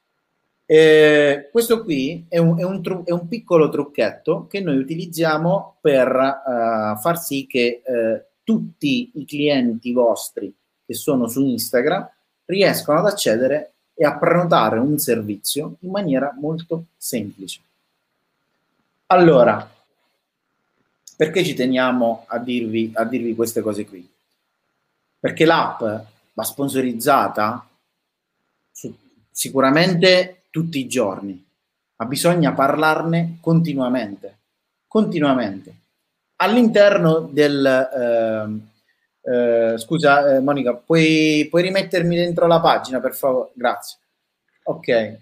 Eh, questo qui è un, è, un tru- è un piccolo trucchetto che noi utilizziamo per uh, far sì che uh, tutti i clienti vostri che sono su Instagram riescano ad accedere e a prenotare un servizio in maniera molto semplice. Allora, perché ci teniamo a dirvi, a dirvi queste cose qui? Perché l'app va sponsorizzata su, sicuramente tutti i giorni, ma bisogna parlarne continuamente, continuamente. All'interno del... Eh, eh, scusa, eh, Monica, puoi, puoi rimettermi dentro la pagina, per favore? Grazie. Ok. Eh,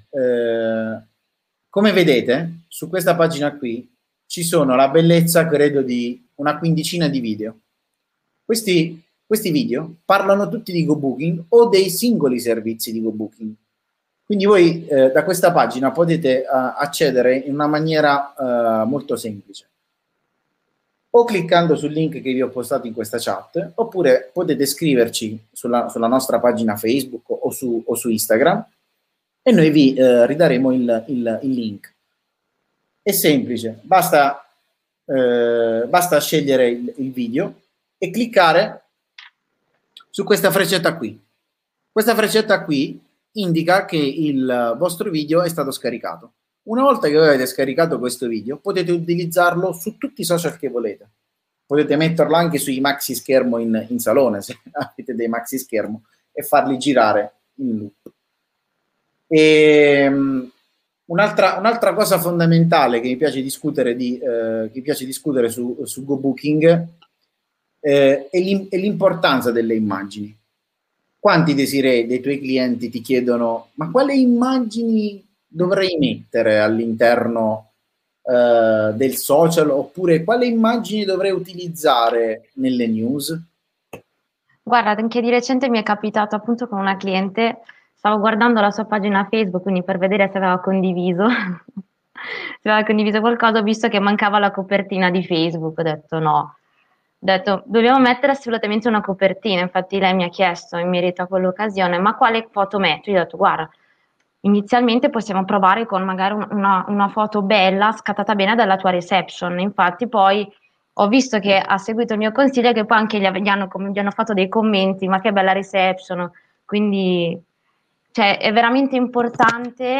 come vedete, su questa pagina qui ci sono la bellezza, credo, di una quindicina di video. Questi... Questi video parlano tutti di GoBooking o dei singoli servizi di GoBooking. Quindi voi eh, da questa pagina potete uh, accedere in una maniera uh, molto semplice. O cliccando sul link che vi ho postato in questa chat, oppure potete scriverci sulla, sulla nostra pagina Facebook o su, o su Instagram e noi vi uh, ridaremo il, il, il link. È semplice, basta, uh, basta scegliere il, il video e cliccare su questa freccetta qui. Questa freccetta qui indica che il vostro video è stato scaricato. Una volta che avete scaricato questo video, potete utilizzarlo su tutti i social che volete. Potete metterlo anche sui maxi schermo in, in salone, se avete dei maxi schermo, e farli girare in loop. E, um, un'altra, un'altra cosa fondamentale che mi piace discutere, di, eh, che mi piace discutere su, su GoBooking Eh, è l'importanza delle immagini. Quanti Desiree dei tuoi clienti ti chiedono ma quale immagini dovrei mettere all'interno eh, del social, oppure quale immagini dovrei utilizzare nelle news? Guarda, anche di recente mi è capitato appunto con una cliente, stavo guardando la sua pagina Facebook, quindi per vedere se aveva condiviso se aveva condiviso qualcosa, ho visto che mancava la copertina di Facebook, ho detto no. Ho detto, dobbiamo mettere assolutamente una copertina, infatti lei mi ha chiesto in merito a quell'occasione, ma quale foto metto? Io ho detto, guarda, inizialmente possiamo provare con magari una, una foto bella, scattata bene dalla tua reception, infatti poi ho visto che ha seguito il mio consiglio, che poi anche gli, gli, hanno, gli hanno fatto dei commenti, ma che bella reception, quindi cioè, è veramente importante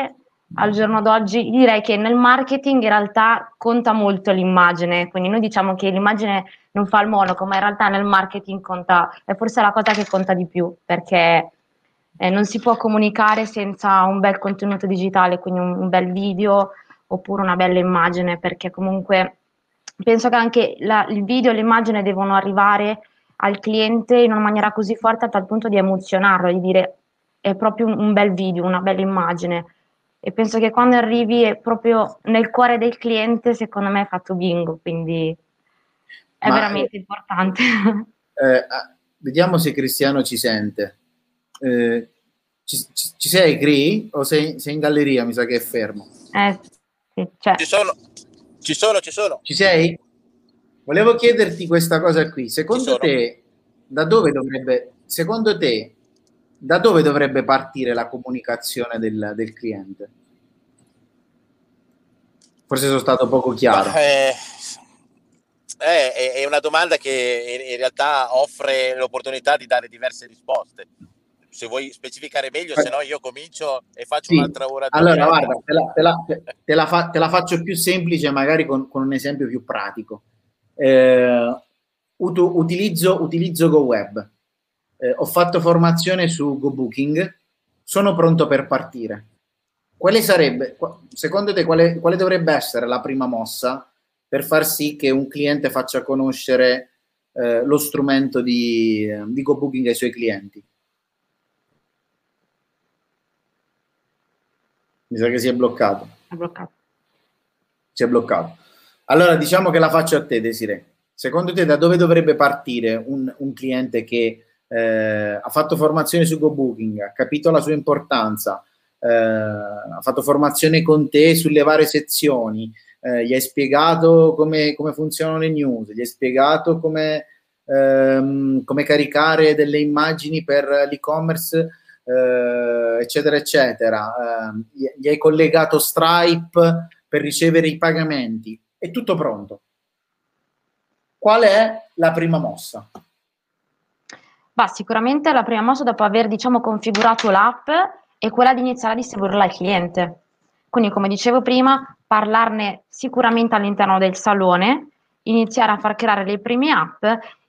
al giorno d'oggi direi che nel marketing in realtà conta molto l'immagine, quindi noi diciamo che l'immagine non fa il monaco, ma in realtà nel marketing conta, è forse la cosa che conta di più, perché eh, non si può comunicare senza un bel contenuto digitale, quindi un, un bel video oppure una bella immagine, perché comunque penso che anche la, il video e l'immagine devono arrivare al cliente in una maniera così forte a tal punto di emozionarlo, di dire è proprio un, un bel video, una bella immagine. E penso che quando arrivi è proprio nel cuore del cliente, secondo me è fatto bingo, quindi è Ma, veramente eh, importante. eh, vediamo se Cristiano ci sente. Eh, ci, ci, ci sei, Cri? O sei, sei in galleria? Mi sa che è fermo. Eh, sì, cioè. Ci sono, ci sono, ci sono. Ci sei? Volevo chiederti questa cosa qui. Secondo te, da dove dovrebbe, secondo te, da dove dovrebbe partire la comunicazione del, del cliente? Forse sono stato poco chiaro. Ma, eh, è, è una domanda che in realtà offre l'opportunità di dare diverse risposte. Se vuoi specificare meglio, se no io comincio e faccio sì. un'altra ora di Allora, domande. guarda, te la, te, la, te, la fa, te la faccio più semplice, magari con, con un esempio più pratico. Eh, ut- utilizzo, utilizzo GoWeb. Eh, ho fatto formazione su GoBooking, sono pronto per partire. Quale sarebbe, secondo te, quale, quale dovrebbe essere la prima mossa per far sì che un cliente faccia conoscere eh, lo strumento di, di GoBooking ai suoi clienti? Mi sa che si è bloccato. È bloccato. Si è bloccato. Allora diciamo che la faccio a te, Desiree. Secondo te da dove dovrebbe partire un, un cliente che eh, ha fatto formazione su GoBooking, ha capito la sua importanza, eh, ha fatto formazione con te sulle varie sezioni, eh, gli hai spiegato come, come funzionano le news, gli hai spiegato come, ehm, come caricare delle immagini per l'e-commerce, eh, eccetera, eccetera. Eh, gli hai collegato Stripe per ricevere i pagamenti, è tutto pronto. Qual è la prima mossa? Bah, sicuramente la prima mossa dopo aver, diciamo, configurato l'app è quella di iniziare a distribuirla al cliente. Quindi, come dicevo prima, parlarne sicuramente all'interno del salone, iniziare a far creare le prime app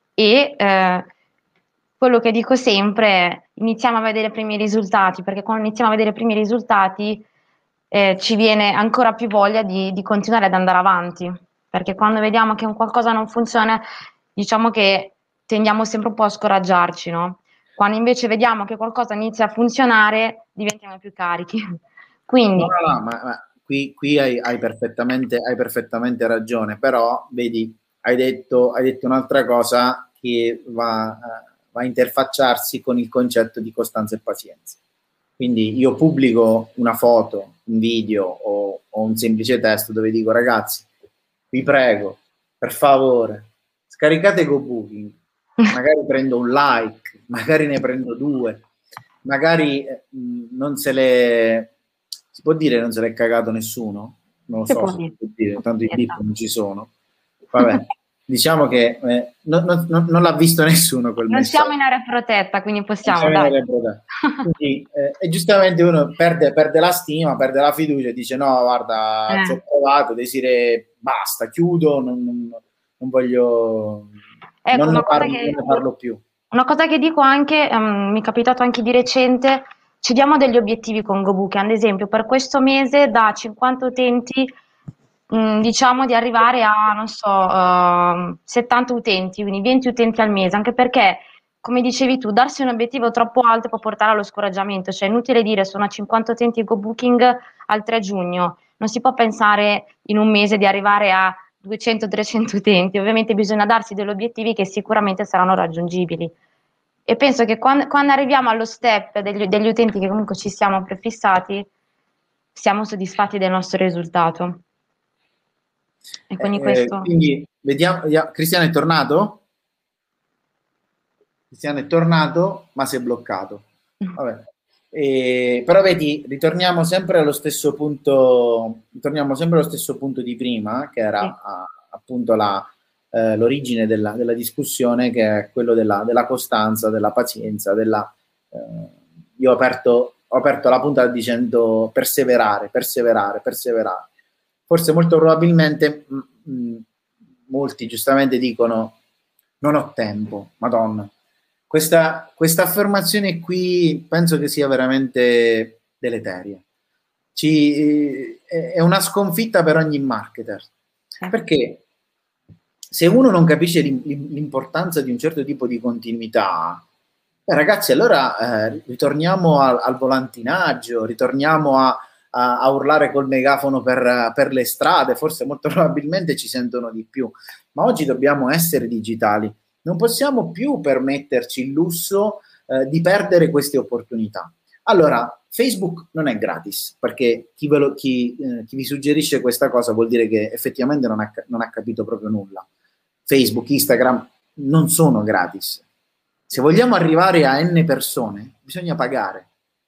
e eh, quello che dico sempre è iniziamo a vedere i primi risultati, perché quando iniziamo a vedere i primi risultati eh, ci viene ancora più voglia di, di continuare ad andare avanti, perché quando vediamo che un qualcosa non funziona, diciamo che tendiamo sempre un po' a scoraggiarci, no? Quando invece vediamo che qualcosa inizia a funzionare, diventiamo più carichi. Quindi, no, no, no, ma, ma qui, qui hai, hai, perfettamente, hai perfettamente ragione, però vedi, hai detto, hai detto un'altra cosa che va, va a interfacciarsi con il concetto di costanza e pazienza. Quindi io pubblico una foto, un video o, o un semplice testo dove dico ragazzi, vi prego, per favore, scaricate GoBooking, magari prendo un like, magari ne prendo due, magari mh, non se le... Si può dire non se l'è cagato nessuno? Non lo che so può se dire? si può dire, tanto i bip non ci sono. Vabbè, diciamo che eh, non, non, non l'ha visto nessuno quel Non messaggio. siamo in area protetta, quindi possiamo, dai. Quindi, eh, e giustamente uno perde, perde la stima, perde la fiducia e dice no, guarda, Eh. ci ho provato, Desiree, basta, chiudo, non, non, non voglio, Ecco, non, ne una cosa parlo, che, non ne parlo più. Una cosa che dico anche, um, mi è capitato anche di recente, ci diamo degli obiettivi con GoBooking, ad esempio per questo mese da cinquanta utenti mh, diciamo di arrivare a, non so, uh, settanta utenti, quindi venti utenti al mese, anche perché, come dicevi tu, darsi un obiettivo troppo alto può portare allo scoraggiamento, cioè è inutile dire sono a cinquanta utenti GoBooking al tre giugno, non si può pensare in un mese di arrivare a duecento trecento utenti, ovviamente bisogna darsi degli obiettivi che sicuramente saranno raggiungibili. E penso che quando, quando arriviamo allo step degli, degli utenti che comunque ci siamo prefissati, siamo soddisfatti del nostro risultato. E quindi Eh, questo... quindi vediamo, vediamo, Cristiano è tornato? Cristiano è tornato, ma si è bloccato. Vabbè. E, però vedi, ritorniamo sempre allo stesso punto, ritorniamo sempre allo stesso punto di prima, che era Sì. a, appunto la, eh, l'origine della, della discussione, che è quello della, della costanza, della pazienza, della, eh, io ho aperto, ho aperto la puntata dicendo perseverare, perseverare, perseverare. Forse molto probabilmente mh, mh, molti giustamente dicono non ho tempo, Madonna. Questa, questa affermazione qui penso che sia veramente deleteria. Ci, è una sconfitta per ogni marketer, perché se uno non capisce l'importanza di un certo tipo di continuità, beh, ragazzi, allora eh, ritorniamo al, al volantinaggio, ritorniamo a, a, a urlare col megafono per, per le strade, forse molto probabilmente ci sentono di più, ma oggi dobbiamo essere digitali, non possiamo più permetterci il lusso eh, di perdere queste opportunità. Allora, Facebook non è gratis, perché chi, ve lo, chi, eh, chi vi suggerisce questa cosa vuol dire che effettivamente non ha, non ha capito proprio nulla. Facebook, Instagram non sono gratis. Se vogliamo arrivare a n persone, bisogna pagare.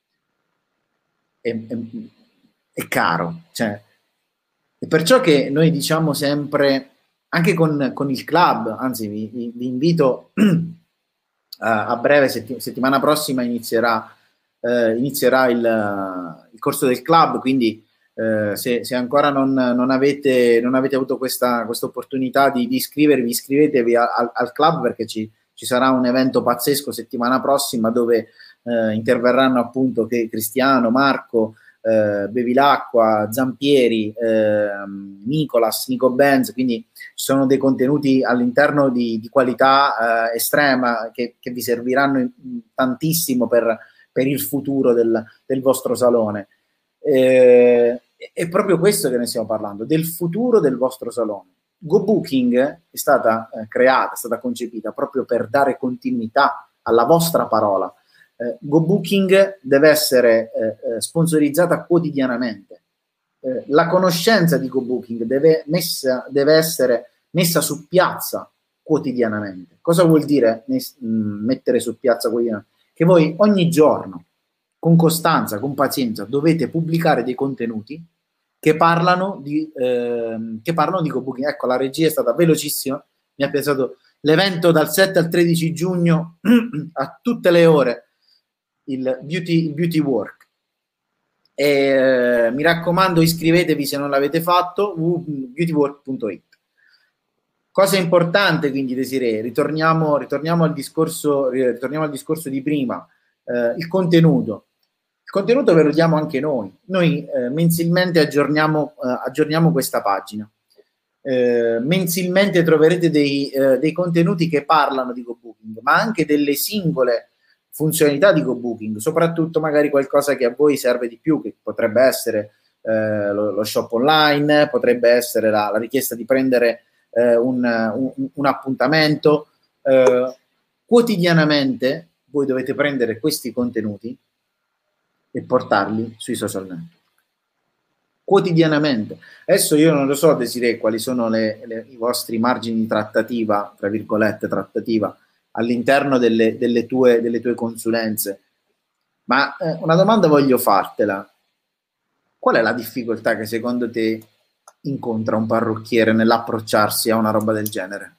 È, è, è caro. Cioè, è perciò che noi diciamo sempre, anche con, con il club, anzi vi, vi invito a, a breve, setti, settimana prossima inizierà Uh, inizierà il, uh, il corso del club, quindi uh, se, se ancora non, non, avete, non avete avuto questa opportunità di, di iscrivervi, iscrivetevi a, a, al club, perché ci, ci sarà un evento pazzesco settimana prossima dove uh, interverranno appunto che Cristiano, Marco, uh, Bevilacqua, Zampieri, uh, Nicolas, Nico Benz, quindi ci sono dei contenuti all'interno di, di qualità uh, estrema che, che vi serviranno in, in tantissimo per per il futuro del, del vostro salone. Eh, è proprio questo che ne stiamo parlando, del futuro del vostro salone. GoBooking è stata eh, creata, è stata concepita proprio per dare continuità alla vostra parola. Eh, GoBooking deve essere eh, sponsorizzata quotidianamente. Eh, la conoscenza di GoBooking deve, messa, deve essere messa su piazza quotidianamente. Cosa vuol dire mess, mh, mettere su piazza quotidianamente? Che voi ogni giorno, con costanza, con pazienza, dovete pubblicare dei contenuti che parlano di, eh, che parlano di GoBooking. Ecco, la regia è stata velocissima, mi ha pensato l'evento dal sette al tredici giugno a tutte le ore, il Beauty, il beauty Work. E, eh, mi raccomando, iscrivetevi se non l'avete fatto, w w w punto beauty work punto it. Cosa importante, quindi, Desiree, ritorniamo, ritorniamo, al discorso, ritorniamo al discorso di prima, eh, il contenuto. Il contenuto ve lo diamo anche noi. Noi eh, mensilmente aggiorniamo, eh, aggiorniamo questa pagina. Eh, mensilmente troverete dei, eh, dei contenuti che parlano di GoBooking, ma anche delle singole funzionalità di GoBooking, soprattutto magari qualcosa che a voi serve di più, che potrebbe essere eh, lo, lo shop online, potrebbe essere la, la richiesta di prendere Uh, un, un, un appuntamento. Uh, quotidianamente voi dovete prendere questi contenuti e portarli sui social network. Quotidianamente. Adesso io non lo so, Desiree, quali sono le, le, i vostri margini di trattativa, tra virgolette, trattativa, all'interno delle, delle, tue, delle tue consulenze. Ma eh, una domanda voglio fartela. Qual è la difficoltà che secondo te incontra un parrucchiere nell'approcciarsi a una roba del genere?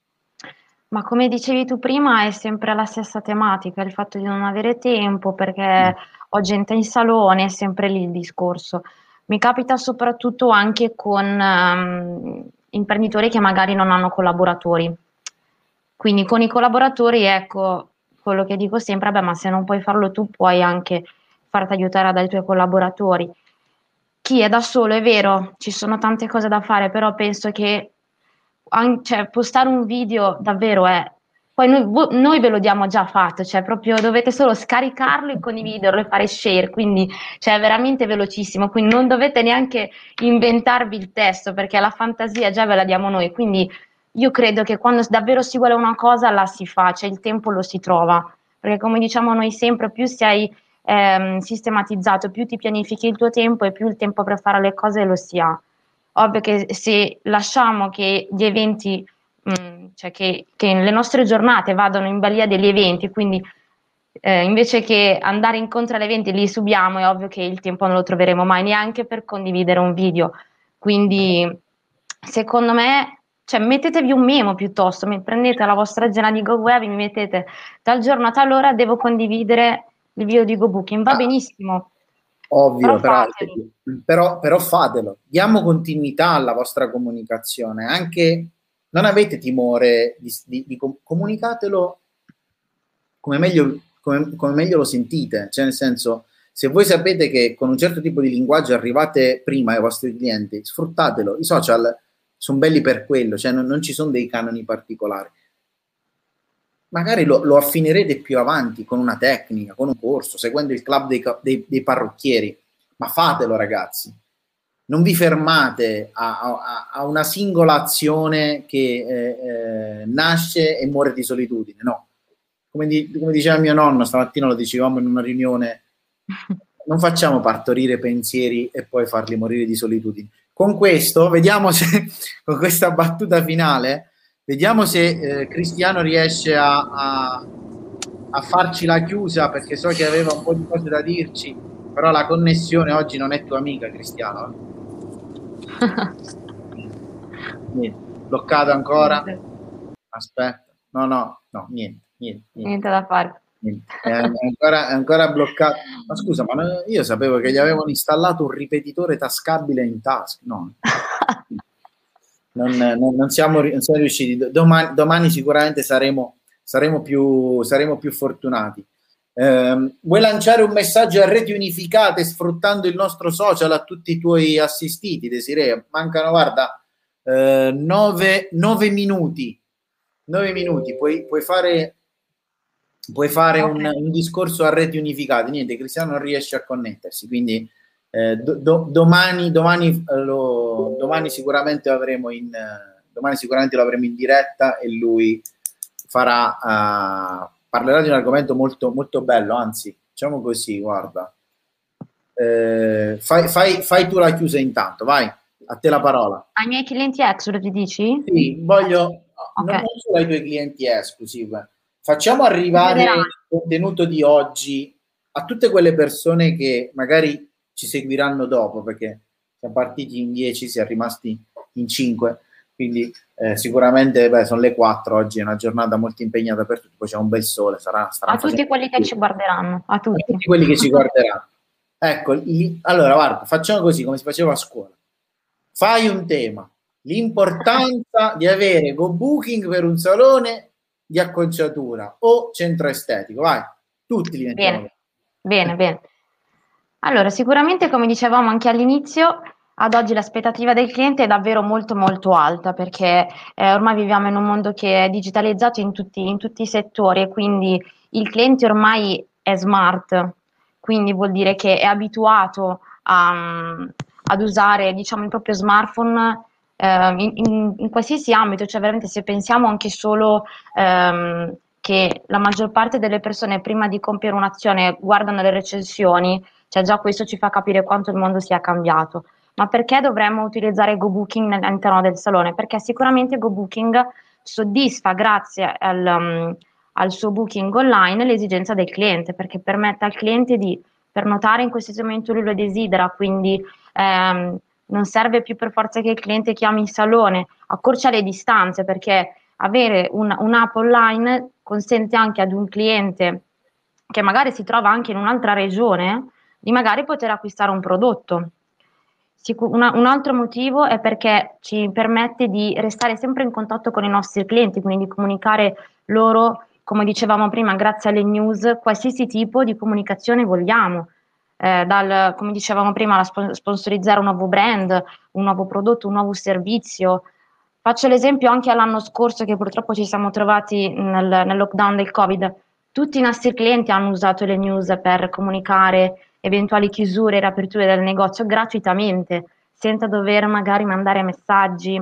Ma come dicevi tu prima, è sempre la stessa tematica, il fatto di non avere tempo perché mm. ho gente in salone, è sempre lì il discorso. Mi capita soprattutto anche con um, imprenditori che magari non hanno collaboratori. Quindi con i collaboratori, ecco, quello che dico sempre, beh, ma se non puoi farlo tu, puoi anche farti aiutare dai tuoi collaboratori. Chi è da solo, è vero, ci sono tante cose da fare, però penso che an- cioè, postare un video davvero è... Poi noi, noi ve lo diamo già fatto, cioè proprio dovete solo scaricarlo e condividerlo e fare share, quindi cioè, è veramente velocissimo, quindi non dovete neanche inventarvi il testo perché la fantasia già ve la diamo noi, quindi io credo che quando davvero si vuole una cosa la si fa, cioè il tempo lo si trova, perché come diciamo noi sempre, più sei ehm, sistematizzato, più ti pianifichi il tuo tempo e più il tempo per fare le cose lo si ha. Ovvio che se lasciamo che gli eventi, mh, cioè che, che le nostre giornate vadano in balia degli eventi, quindi eh, invece che andare incontro agli eventi li subiamo, è ovvio che il tempo non lo troveremo mai neanche per condividere un video. Quindi secondo me, cioè, mettetevi un memo piuttosto, prendete la vostra agenda di GoWeb, mi mettete dal giorno a tal ora devo condividere il video di GoBooking, va benissimo. Ovvio, però, però, però, però fatelo, diamo continuità alla vostra comunicazione, anche non avete timore di, di, di comunicatelo come meglio, come, come meglio lo sentite, cioè nel senso, se voi sapete che con un certo tipo di linguaggio arrivate prima ai vostri clienti, sfruttatelo, i social sono belli per quello, cioè non, non ci sono dei canoni particolari. Magari lo, lo affinerete più avanti con una tecnica, con un corso, seguendo il club dei, dei, dei parrucchieri, ma fatelo ragazzi, non vi fermate a, a, a una singola azione che eh, eh, nasce e muore di solitudine, no. Come, di, come diceva mio nonno, stamattina lo dicevamo in una riunione, non facciamo partorire pensieri e poi farli morire di solitudine. Con questo, vediamo se, con questa battuta finale, vediamo se eh, Cristiano riesce a, a, a farci la chiusa, perché so che aveva un po' di cose da dirci, però la connessione oggi non è tua amica, Cristiano. Niente. Bloccato ancora? Niente. Aspetta. No, no, no, niente, niente. Niente, niente da fare. Niente. È, ancora, è ancora bloccato. Ma scusa, ma io sapevo che gli avevano installato un ripetitore tascabile in tasca. No. Non, non, non, siamo, non siamo riusciti. Domani, domani sicuramente saremo, saremo, più, saremo più fortunati. Eh, vuoi lanciare un messaggio a reti unificate sfruttando il nostro social a tutti i tuoi assistiti, Desiree? Mancano, guarda, eh, nove, nove minuti. Nove minuti. Puoi, puoi fare, puoi fare okay. un, un discorso a reti unificate. Niente, Cristiano non riesce a connettersi, quindi Eh, do, do, domani, domani, eh, lo, domani sicuramente avremo in eh, domani sicuramente lo avremo in diretta e lui farà uh, parlerà di un argomento molto molto bello, anzi diciamo così, guarda, eh, fai, fai, fai tu la chiusa intanto, vai, a te la parola. Ai miei clienti exclusive dici? Sì, voglio okay. non solo ai tuoi clienti exclusive, facciamo arrivare il contenuto di oggi a tutte quelle persone che magari ci seguiranno dopo, perché siamo partiti in dieci, siamo rimasti in cinque, quindi eh, sicuramente beh, sono le quattro, oggi è una giornata molto impegnata per tutti, poi c'è un bel sole, sarà, sarà a tutti quelli che ci guarderanno, a tutti. a tutti quelli che ci guarderanno. Ecco, li, allora guarda, facciamo così come si faceva a scuola, fai un tema, l'importanza di avere GoBooking per un salone di acconciatura o centro estetico, vai, tutti li mettiamo. Bene, bene, bene. Allora, sicuramente, come dicevamo anche all'inizio, ad oggi l'aspettativa del cliente è davvero molto molto alta, perché eh, ormai viviamo in un mondo che è digitalizzato in tutti, in tutti i settori, e quindi il cliente ormai è smart, quindi vuol dire che è abituato a, ad usare, diciamo, il proprio smartphone eh, in, in, in qualsiasi ambito, cioè veramente se pensiamo anche solo ehm, che la maggior parte delle persone prima di compiere un'azione guardano le recensioni, cioè già questo ci fa capire quanto il mondo sia cambiato. Ma perché dovremmo utilizzare GoBooking all'interno del salone? Perché sicuramente GoBooking soddisfa, grazie al, um, al suo booking online, l'esigenza del cliente, perché permette al cliente di pernotare in qualsiasi momento lui lo desidera, quindi ehm, non serve più per forza che il cliente chiami il salone, accorcia le distanze, perché avere un, un'app online consente anche ad un cliente che magari si trova anche in un'altra regione di magari poter acquistare un prodotto. Sicu- una, un altro motivo è perché ci permette di restare sempre in contatto con i nostri clienti, quindi di comunicare loro, come dicevamo prima, grazie alle news, qualsiasi tipo di comunicazione vogliamo, eh, dal, come dicevamo prima, la sp- sponsorizzare un nuovo brand, un nuovo prodotto, un nuovo servizio. Faccio l'esempio anche all'anno scorso, che purtroppo ci siamo trovati nel, nel lockdown del Covid. Tutti i nostri clienti hanno usato le news per comunicare eventuali chiusure e riaperture del negozio gratuitamente, senza dover magari mandare messaggi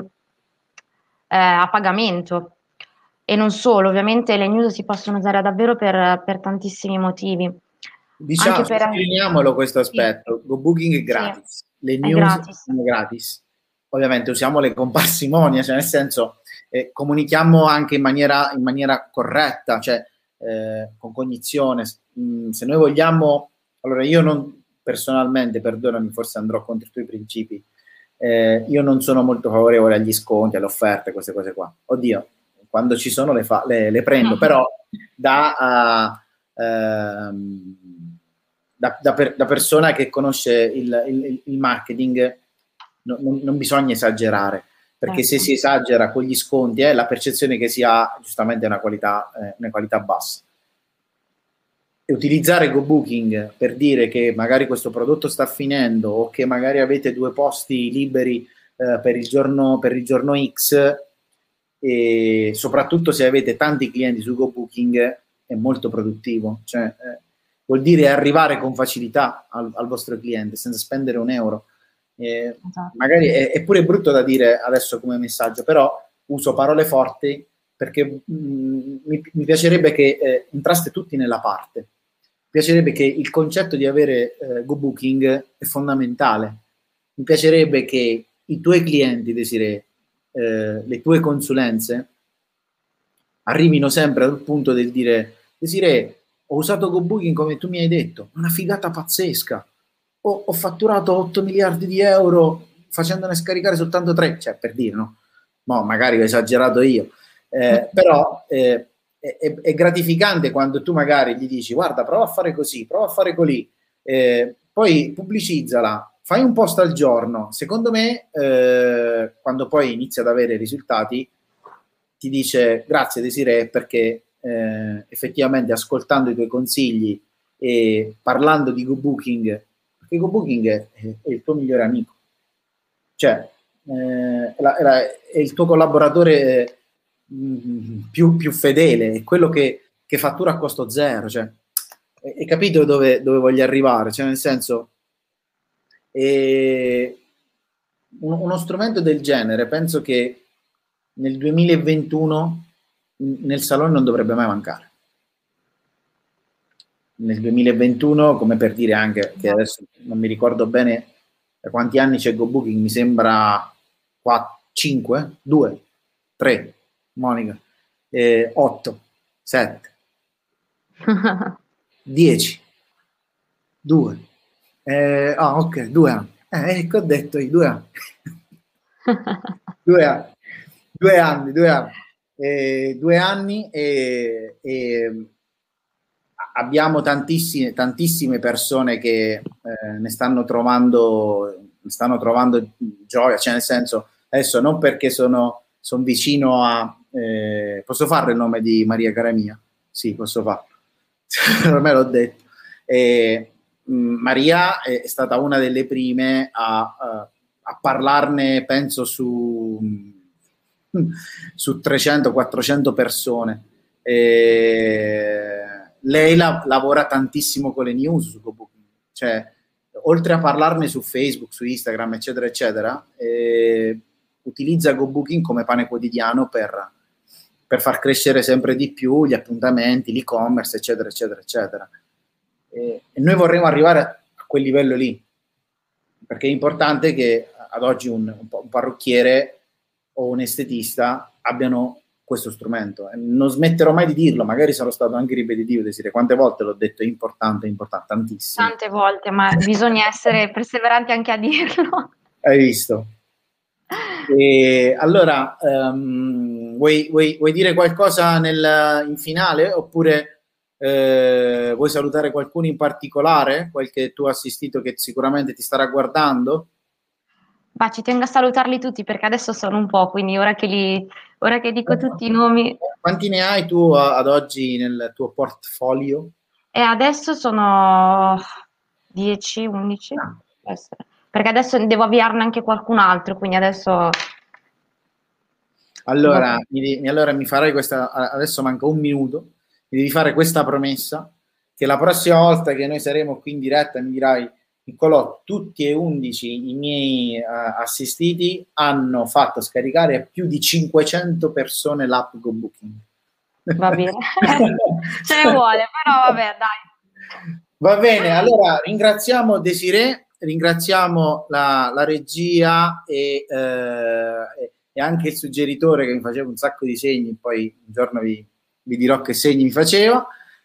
eh, a pagamento. E non solo, ovviamente le news si possono usare davvero per, per tantissimi motivi. Diciamo, Anche per... sottolineiamolo questo aspetto, sì. GoBooking è gratis, sì. Le news gratis. sono gratis. Ovviamente usiamole con parsimonia, cioè nel senso eh, comunichiamo anche in maniera, in maniera corretta, cioè eh, con cognizione. Mm, se noi vogliamo, allora io non personalmente, perdonami, forse andrò contro i tuoi principi, eh, io non sono molto favorevole agli sconti, alle offerte, queste cose qua. Oddio, quando ci sono le, fa, le, le prendo, però da uh, uh, da, da, per, da persona che conosce il, il, il marketing, no, non, non bisogna esagerare, perché se si esagera con gli sconti, eh, la percezione che si ha giustamente è una qualità, eh, una qualità bassa. E utilizzare GoBooking per dire che magari questo prodotto sta finendo o che magari avete due posti liberi eh, per, il giorno, per il giorno X, e soprattutto se avete tanti clienti su GoBooking, è molto produttivo. Cioè, eh, vuol dire arrivare con facilità al, al vostro cliente senza spendere un euro. Eh, esatto. Magari è, è pure brutto da dire adesso come messaggio, però uso parole forti perché mh, mi, mi piacerebbe che eh, entraste tutti nella parte. Mi piacerebbe che il concetto di avere eh, GoBooking è fondamentale. Mi piacerebbe che i tuoi clienti, Desiree, eh, le tue consulenze arrivino sempre al punto del dire: Desiree, ho usato GoBooking come tu mi hai detto, una figata pazzesca. Ho, ho fatturato otto miliardi di euro facendone scaricare soltanto tre, cioè per dire, no? No, magari ho esagerato io, eh, però eh, è, è gratificante quando tu magari gli dici: guarda, prova a fare così, prova a fare così, eh, poi pubblicizzala, fai un post al giorno. Secondo me, eh, quando poi inizia ad avere risultati, ti dice: grazie Desiree, perché eh, effettivamente ascoltando i tuoi consigli e parlando di GoBooking, perché GoBooking è, è il tuo migliore amico, cioè eh, è, la, è, la, è il tuo collaboratore mh, più, più fedele, è quello che, che fattura a costo zero, cioè, hai capito dove, dove voglio arrivare? Cioè, nel senso, eh, uno, uno strumento del genere penso che nel duemilaventuno nel salone non dovrebbe mai mancare. Nel duemilaventuno, come per dire anche che adesso non mi ricordo bene da quanti anni c'è GoBooking, mi sembra quattro, cinque, due, tre, Monica, eh, otto, sette, dieci, due, eh, ah ok, due anni, eh, ecco ho detto io, due anni, due anni, due anni, due anni, eh, due anni e, e abbiamo tantissime, tantissime persone che eh, ne stanno trovando, stanno trovando gioia, cioè nel senso, adesso non perché sono, sono vicino a, eh, posso fare il nome di Maria cara mia? Sì, posso farlo, ormai l'ho detto. E, mh, Maria è stata una delle prime a, a, a parlarne, penso, su, su trecento quattrocento persone. E, lei la, lavora tantissimo con le news su GoBooking, cioè oltre a parlarne su Facebook, su Instagram, eccetera, eccetera, eh, utilizza GoBooking come pane quotidiano per, per far crescere sempre di più gli appuntamenti, l'e-commerce, eccetera, eccetera, eccetera. E, e noi vorremmo arrivare a, a quel livello lì, perché è importante che ad oggi un, un parrucchiere o un estetista abbiano questo strumento. Non smetterò mai di dirlo, magari sarò stato anche ripetitivo, Desiree, quante volte l'ho detto, è importante, è importante, tantissimo. Tante volte, ma bisogna essere perseveranti anche a dirlo. Hai visto? E allora, um, vuoi, vuoi, vuoi dire qualcosa nel, in finale, oppure eh, vuoi salutare qualcuno in particolare, qualche tuo assistito che sicuramente ti starà guardando? Ma ci tengo a salutarli tutti perché adesso sono un po', quindi ora che, li, ora che dico tutti i nomi... Quanti ne hai tu ad oggi nel tuo portfolio? E adesso sono dieci, undici, ah. Perché adesso devo avviarne anche qualcun altro, quindi adesso... Allora, no. mi, allora mi farai questa... Adesso manca un minuto, mi devi fare questa promessa, che la prossima volta che noi saremo qui in diretta mi dirai: Niccolò, tutti e undici i miei uh, assistiti hanno fatto scaricare a più di cinquecento persone l'app GoBooking. Va bene, ce ne vuole, però vabbè, dai. Va bene, allora ringraziamo Desiree, ringraziamo la, la regia e, eh, e anche il suggeritore che mi faceva un sacco di segni, poi un giorno vi, vi dirò che segni mi faceva.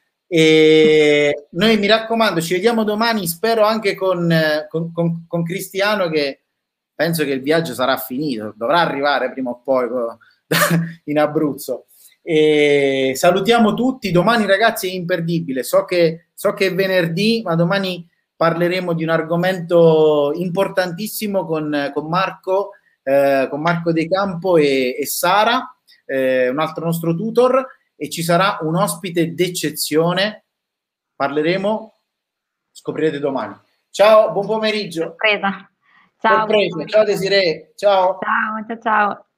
E noi, mi raccomando, ci vediamo domani, spero anche con, con, con, con Cristiano, che penso che il viaggio sarà finito, dovrà arrivare prima o poi in Abruzzo. E salutiamo tutti. Domani, ragazzi, è imperdibile. So che, so che è venerdì, ma domani parleremo di un argomento importantissimo con, con Marco, eh, con Marco De Campo e, e Sara, eh, un altro nostro tutor, e ci sarà un ospite d'eccezione. Parleremo, scoprirete domani. Ciao, buon pomeriggio. Sorpresa. Ciao. Sorpresa. Ciao Desiree. Ciao. Ciao, ciao, ciao.